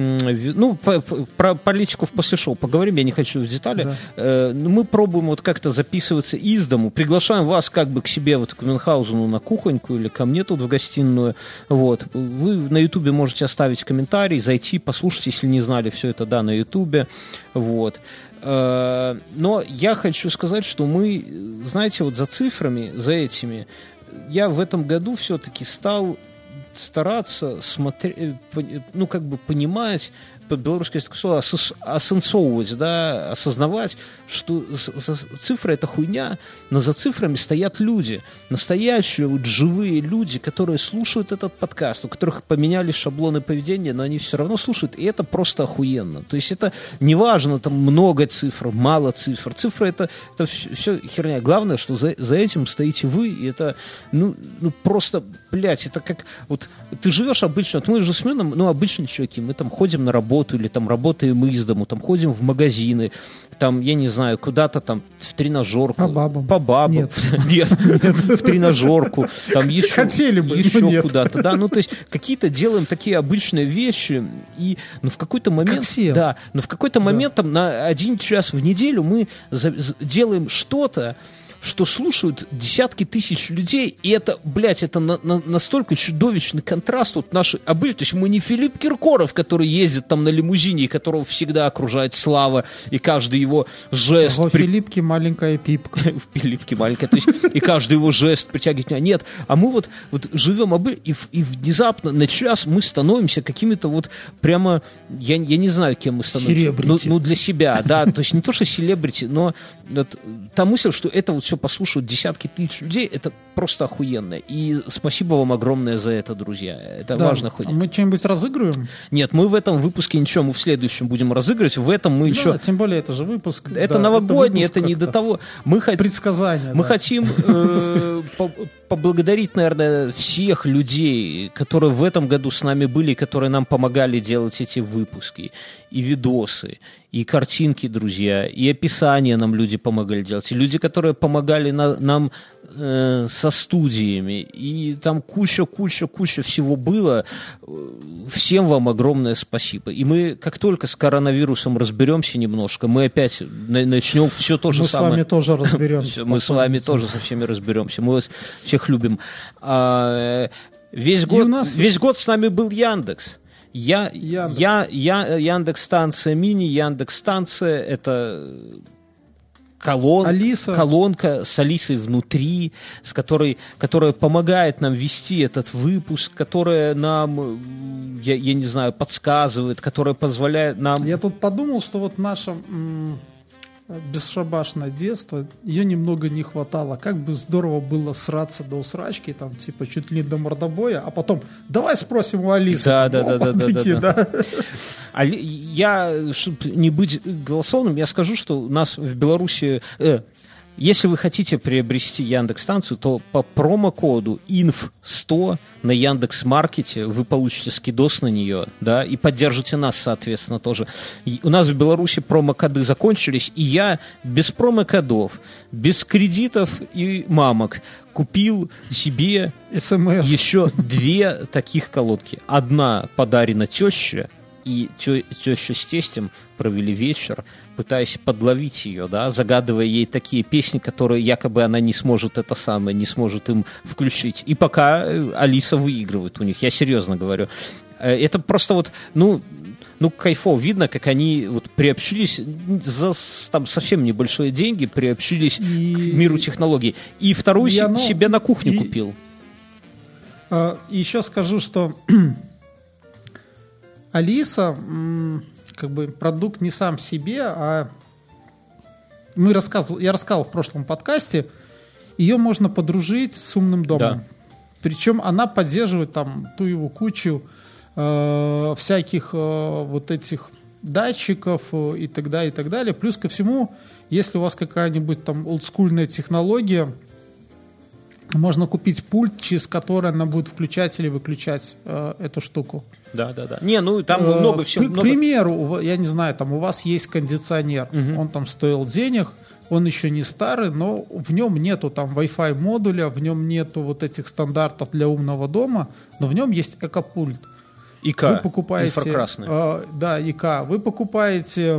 про политику в после шоу поговорим, я не хочу в детали. Да. Мы пробуем вот как-то записываться из дому. Приглашаем вас как бы к себе вот к Мюнхгаузену на кухоньку или ко мне тут в гостиную. Вот. Вы на Ютубе можете оставить комментарий, зайти, послушать, если не знали все это, да, на Ютубе. Вот. Но я хочу сказать, что мы, знаете, вот за цифрами, за этими, я в этом году все-таки стал стараться смотреть, ну, как бы понимать, по-белорусски есть такое слово, осенсовывать, да, осознавать, что цифры — это хуйня, но за цифрами стоят люди, настоящие, вот, живые люди, которые слушают этот подкаст, у которых поменялись шаблоны поведения, но они все равно слушают, и это просто охуенно. То есть это не важно, там много цифр, мало цифр. Цифры — это все херня. Главное, что за этим стоите вы, и это, ну просто, блядь, это как, вот, ты живешь обычно, вот мы же с Мюном, ну, обычные человеки, мы там ходим на работу, или там работаем из дому, там ходим в магазины, там, я не знаю, куда-то там в тренажерку. По бабам. По бабам. Нет, в тренажерку. Там еще куда-то. Да, ну, то есть, какие-то делаем такие обычные вещи, и, ну, в какой-то момент... Да, но в какой-то момент, там, на 1 час в неделю мы делаем что-то, что слушают десятки тысяч людей, и это, блядь, это настолько чудовищный контраст вот нашей обыли. То есть мы не Филипп Киркоров, который ездит там на лимузине, и которого всегда окружает слава, и каждый его жест... В Филиппке маленькая пипка. В Филиппке маленькая, то есть и каждый его жест притягивает меня. Нет, а мы вот живем обыли, и внезапно на час мы становимся какими-то вот прямо, я не знаю, кем мы становимся. Селебрити. Ну, для себя, да, то есть не то, что селебрити, но вот, та мысль, что это вот все послушают десятки тысяч людей, это просто охуенно. И спасибо вам огромное за это, друзья. Это важно хоть. А мы что-нибудь разыгрываем? Нет, мы в этом выпуске ничего, мы в следующем будем разыгрывать. В этом мы еще... Тем более, это же выпуск. Это новогодний, это не до того. Предсказания. Мы хотим поблагодарить, наверное, всех людей, которые в этом году с нами были, которые нам помогали делать эти выпуски. И видосы, и картинки, друзья, и описания нам люди помогали делать, и люди, которые помогали нам со студиями, и там куча всего было. Всем вам огромное спасибо. И мы, как только с коронавирусом разберемся немножко, мы опять начнем все то же самое. Мы с вами тоже разберемся. Мы с вами тоже со всеми разберемся. Мы вас всех любим. Весь год с нами был Яндекс. Яндекс-станция мини, Яндекс-станция — это колонка с Алисой внутри, которая помогает нам вести этот выпуск, которая нам, я не знаю, подсказывает, которая позволяет нам... Я тут подумал, что вот наше бесшабашное детство, ее немного не хватало. Как бы здорово было сраться до усрачки, там, типа, чуть ли не до мордобоя, а потом давай спросим у Алисы. Да. Я, чтобы не быть голословным, я скажу, что у нас в Беларуси... Если вы хотите приобрести Яндекс-станцию, то по промокоду INF100 на Яндекс.Маркете вы получите скидос на нее, да, и поддержите нас, соответственно, тоже. И у нас в Беларуси промокоды закончились, и я без промокодов, без кредитов и мамок купил себе еще 2 таких колодки. Одна подарена теще, и теща с тестем провели вечер, пытаясь подловить ее, да, загадывая ей такие песни, которые якобы она не сможет им включить. И пока Алиса выигрывает у них, я серьезно говорю. Это просто вот, ну, кайфово. Видно, как они вот приобщились за там совсем небольшие деньги, приобщились к миру технологий. И вторую себе на кухню купил. Еще скажу, что Алиса, как бы, продукт не сам себе, а я рассказывал в прошлом подкасте, ее можно подружить с умным домом. Да. Причем она поддерживает там ту его кучу всяких вот этих датчиков и так далее. Плюс ко всему, если у вас какая-нибудь там олдскульная технология, можно купить пульт, через который она будет включать или выключать эту штуку. Да. Не, ну там много всего. К примеру, я не знаю, там у вас есть кондиционер, он там стоил денег, он еще не старый, но в нем нету там Wi-Fi модуля, в нем нету вот этих стандартов для умного дома, но в нем есть экопульт. ИК, вы покупаете, инфракрасный. Да, ИК. Вы покупаете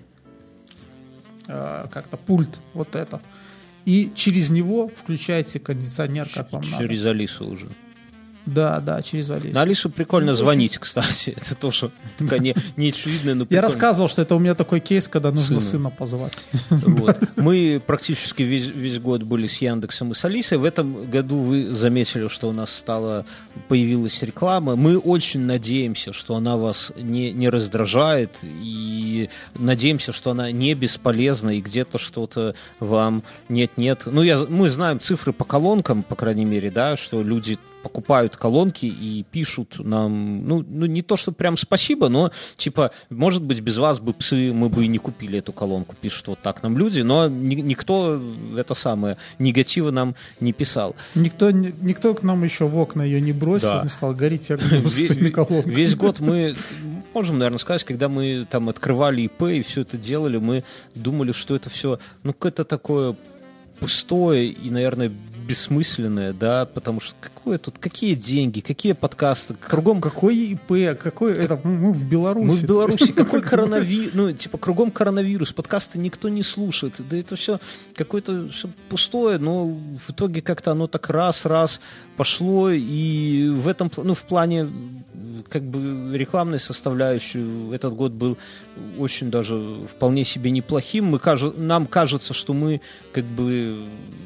как-то пульт вот этот, и через него включаете кондиционер, как вам надо. Через Алису уже. Да, через Алису. На Алису прикольно звонить, кстати. Это тоже такая не очевидная, но прикольно. Я рассказывал, что это у меня такой кейс, когда нужно сына позвать. Вот. Мы практически весь год были с Яндексом и с Алисой. В этом году вы заметили, что у нас появилась реклама. Мы очень надеемся, что она вас не раздражает, и надеемся, что она не бесполезна, и где-то что-то вам нет. Ну, мы знаем цифры по колонкам, по крайней мере, да, что люди покупают колонки и пишут нам, ну не то, что прям спасибо, но типа, может быть, без вас бы псы, мы бы и не купили эту колонку, пишут вот так нам люди, но никто негатива нам не писал. Никто к нам еще в окна ее не бросил, не сказал, горите огнем с этими колонками. Весь год мы, можем, наверное, сказать, когда мы там открывали ИП и все это делали, мы думали, что это все, какое-то такое пустое и, наверное, бессмысленное, да, потому что какие деньги, какие подкасты, кругом... Какой ИП, мы в Беларуси. Мы в Беларуси, какой коронавирус, кругом коронавирус, подкасты никто не слушает, да это все какое-то все пустое, но в итоге как-то оно так раз пошло, и в этом, в плане как бы рекламной составляющей этот год был очень даже вполне себе неплохим. Нам кажется, что мы как бы,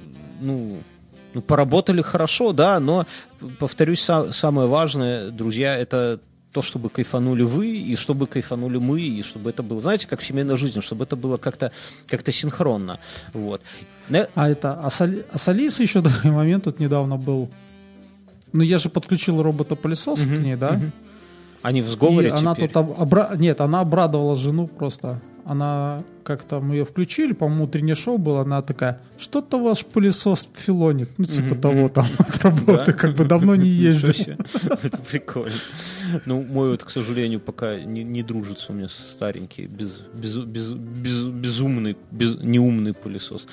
поработали хорошо, да, но, повторюсь, самое важное, друзья, это то, чтобы кайфанули вы, и чтобы кайфанули мы, и чтобы это было, знаете, как в семейной жизни, чтобы это было как-то синхронно. Вот. А с Алисой еще такой момент тут недавно был. Я же подключил робота-пылесос к ней, да? Они в сговоре и она теперь? Она обрадовала жену просто. Она как-то, мы ее включили, по-моему, утреннее шоу было, она такая, что-то ваш пылесос филонит. Того там от работы, как бы давно не ездил. Это прикольно. Мой, к сожалению, пока не дружится у меня старенький, безумный, неумный пылесос.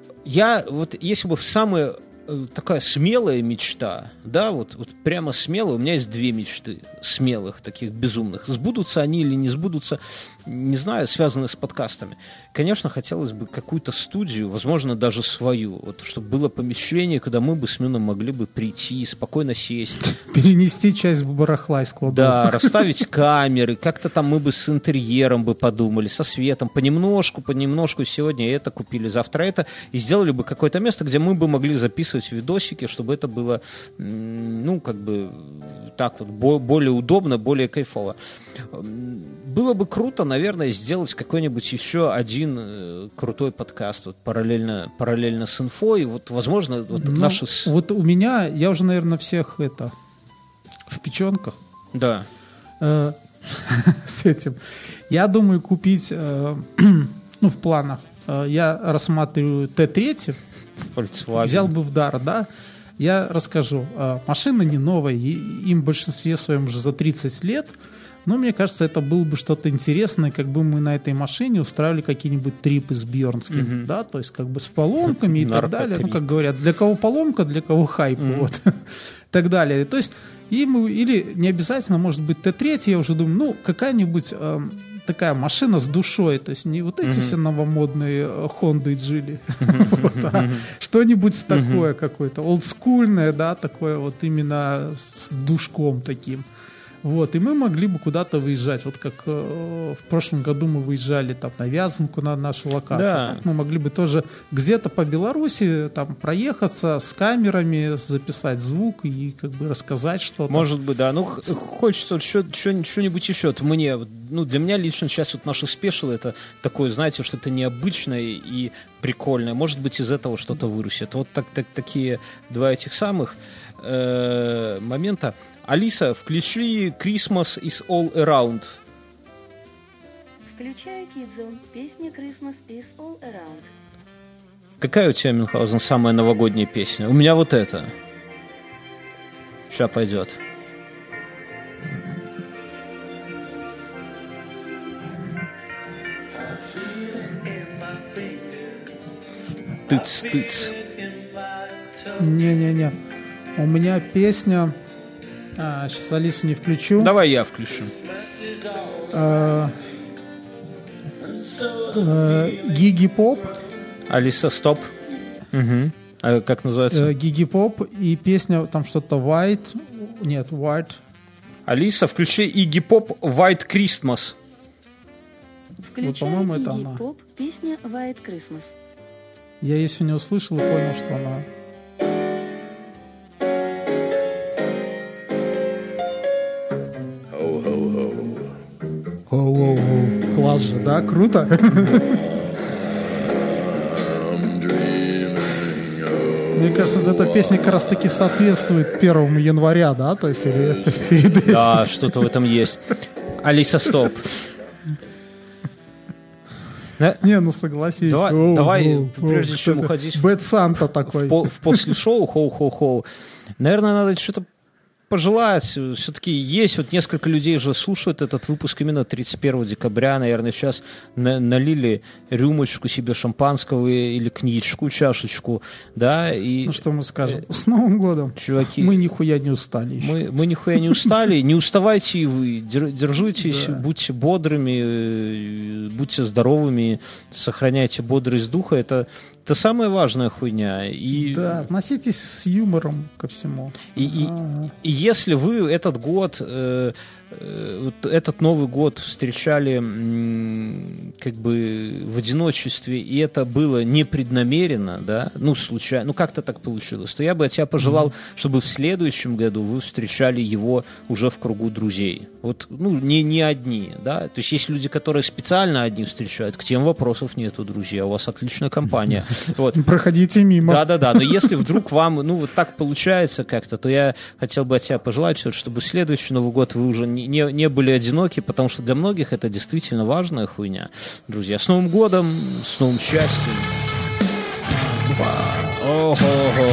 Если бы самая такая смелая мечта, да, вот прямо смелая, у меня есть две мечты смелых, таких безумных. Сбудутся они или не сбудутся, не знаю, связанные с подкастами. Конечно, хотелось бы какую-то студию, возможно, даже свою, чтобы было помещение, куда мы бы с Мюном могли бы прийти, спокойно сесть. Перенести часть барахла из кладовки. Да, расставить камеры, как-то там мы бы с интерьером бы подумали, со светом, понемножку, сегодня это купили, завтра это, и сделали бы какое-то место, где мы бы могли записывать видосики, чтобы это было, более удобно, более кайфово. Было бы круто, наверное, сделать какой-нибудь еще один крутой подкаст, параллельно с инфой, возможно, наши... У меня, я уже, наверное, всех в печенках. Да. С этим. Я думаю купить, в планах, я рассматриваю Т3, Volkswagen. Взял бы в дар, да. Я расскажу. Машина не новая, им в большинстве своем уже за 30 лет, но мне кажется, это было бы что-то интересное, как бы мы на этой машине устраивали какие-нибудь трипы с Бьернским, да, то есть как бы с поломками и так далее. Как говорят, для кого поломка, для кого хайп, так далее. То есть или не обязательно, может быть, Т3, я уже думаю, какая-нибудь такая машина с душой, то есть не вот эти все новомодные Хонды и Джили, что-нибудь такое какое-то, олдскульное, да, такое именно с душком таким. И мы могли бы куда-то выезжать, как в прошлом году мы выезжали там на Вязанку, на нашу локацию. Да. Так мы могли бы тоже где-то по Беларуси там проехаться с камерами, записать звук и как бы рассказать что-то. Может быть, да. Хочется что-нибудь еще. Для меня лично сейчас наши спешилы это такое, знаете, что-то необычное и прикольное. Может быть, из этого что-то вырастет. Такие два этих самых момента. Алиса, включи Christmas is all around. Включаю Kidзone. Песня Christmas is all around. Какая у тебя, Мюнхгаузен, самая новогодняя песня? У меня вот эта. Сейчас пойдет. Тыц-тыц. Не-не-не. У меня песня... сейчас Алису не включу. Давай я включу. Гиги Поп. Алиса, стоп. Угу. А как называется? Гиги Поп и песня там что-то White. Нет, White. Алиса, включи Игги Поп «White Christmas». Включай по-моему, это Игги она. Поп, песня «White Christmas». Я ее сегодня услышал и понял, что она... Хоу-хоу-хоу. Класс же, да? Круто? Мне кажется, эта песня как раз таки соответствует 1 января, да? То есть или перед этим. Да, что-то в этом есть. Алиса, стоп. Не, ну согласись. Давай, прежде чем уходить Бэд Санта такой. в после шоу, хоу-хоу-хоу, наверное, надо что-то пожелать. Все-таки есть вот несколько людей уже слушают этот выпуск именно 31 декабря. Наверное, сейчас налили рюмочку себе шампанского или книжку, чашечку, да, и... Ну что мы скажем? С Новым годом! Чуваки, мы нихуя не устали еще. Мы нихуя не устали. Не уставайте и вы. Держитесь, будьте бодрыми, будьте здоровыми, сохраняйте бодрость духа. Это самая важная хуйня. И... Да, относитесь с юмором ко всему. И если вы этот год, этот Новый год встречали как бы в одиночестве, и это было непреднамеренно, да, ну, случайно, ну, как-то так получилось, то я бы от тебя пожелал, чтобы в следующем году вы встречали его уже в кругу друзей. Вот, ну, не одни, да, то есть есть люди, которые специально одни встречают, к тем вопросов нету, друзья, у вас отличная компания. Вот. Проходите мимо. Да, но если вдруг вам, ну, вот так получается как-то, то я хотел бы от тебя пожелать, чтобы следующий Новый год вы уже не были одиноки, потому что для многих это действительно важная хуйня. Друзья, с Новым годом, с новым счастьем. Ого-го.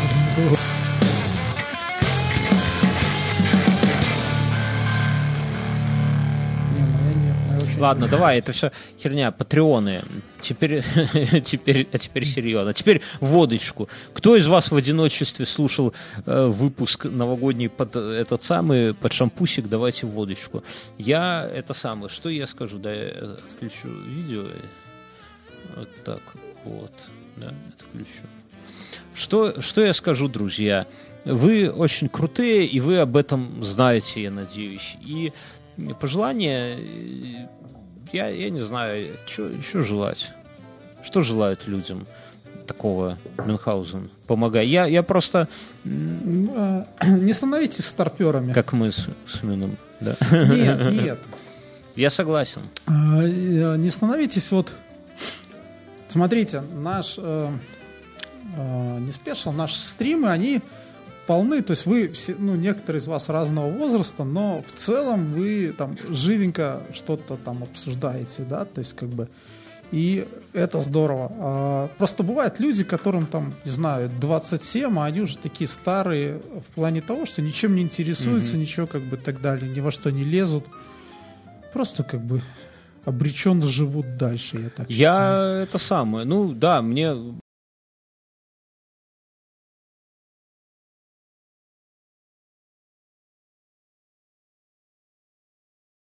Ладно, давай, это все херня, патреоны. Теперь серьезно. Теперь водочку. Кто из вас в одиночестве слушал выпуск новогодний под этот самый, под шампусик? Давайте водочку. Я это самое. Что я скажу? Да, я отключу видео. Вот так вот. Да, отключу. Что я скажу, друзья? Вы очень крутые, и вы об этом знаете, я надеюсь. И пожелания... Я не знаю, что желать. Что желают людям такого, Мюнхгаузен? Помогай. Я просто... Не становитесь старперами. Как мы с Мюном. Да. Нет. Я согласен. Не становитесь вот... Смотрите, наш не спешл, наши стримы, они полны, то есть вы все, ну, некоторые из вас разного возраста, но в целом вы там живенько что-то там обсуждаете, да, то есть как бы, и это здорово. Просто бывают люди, которым там, не знаю, 27, а они уже такие старые в плане того, что ничем не интересуются, ничего как бы так далее, ни во что не лезут, просто как бы обреченно живут дальше, я так считаю. Это самое, ну да, мне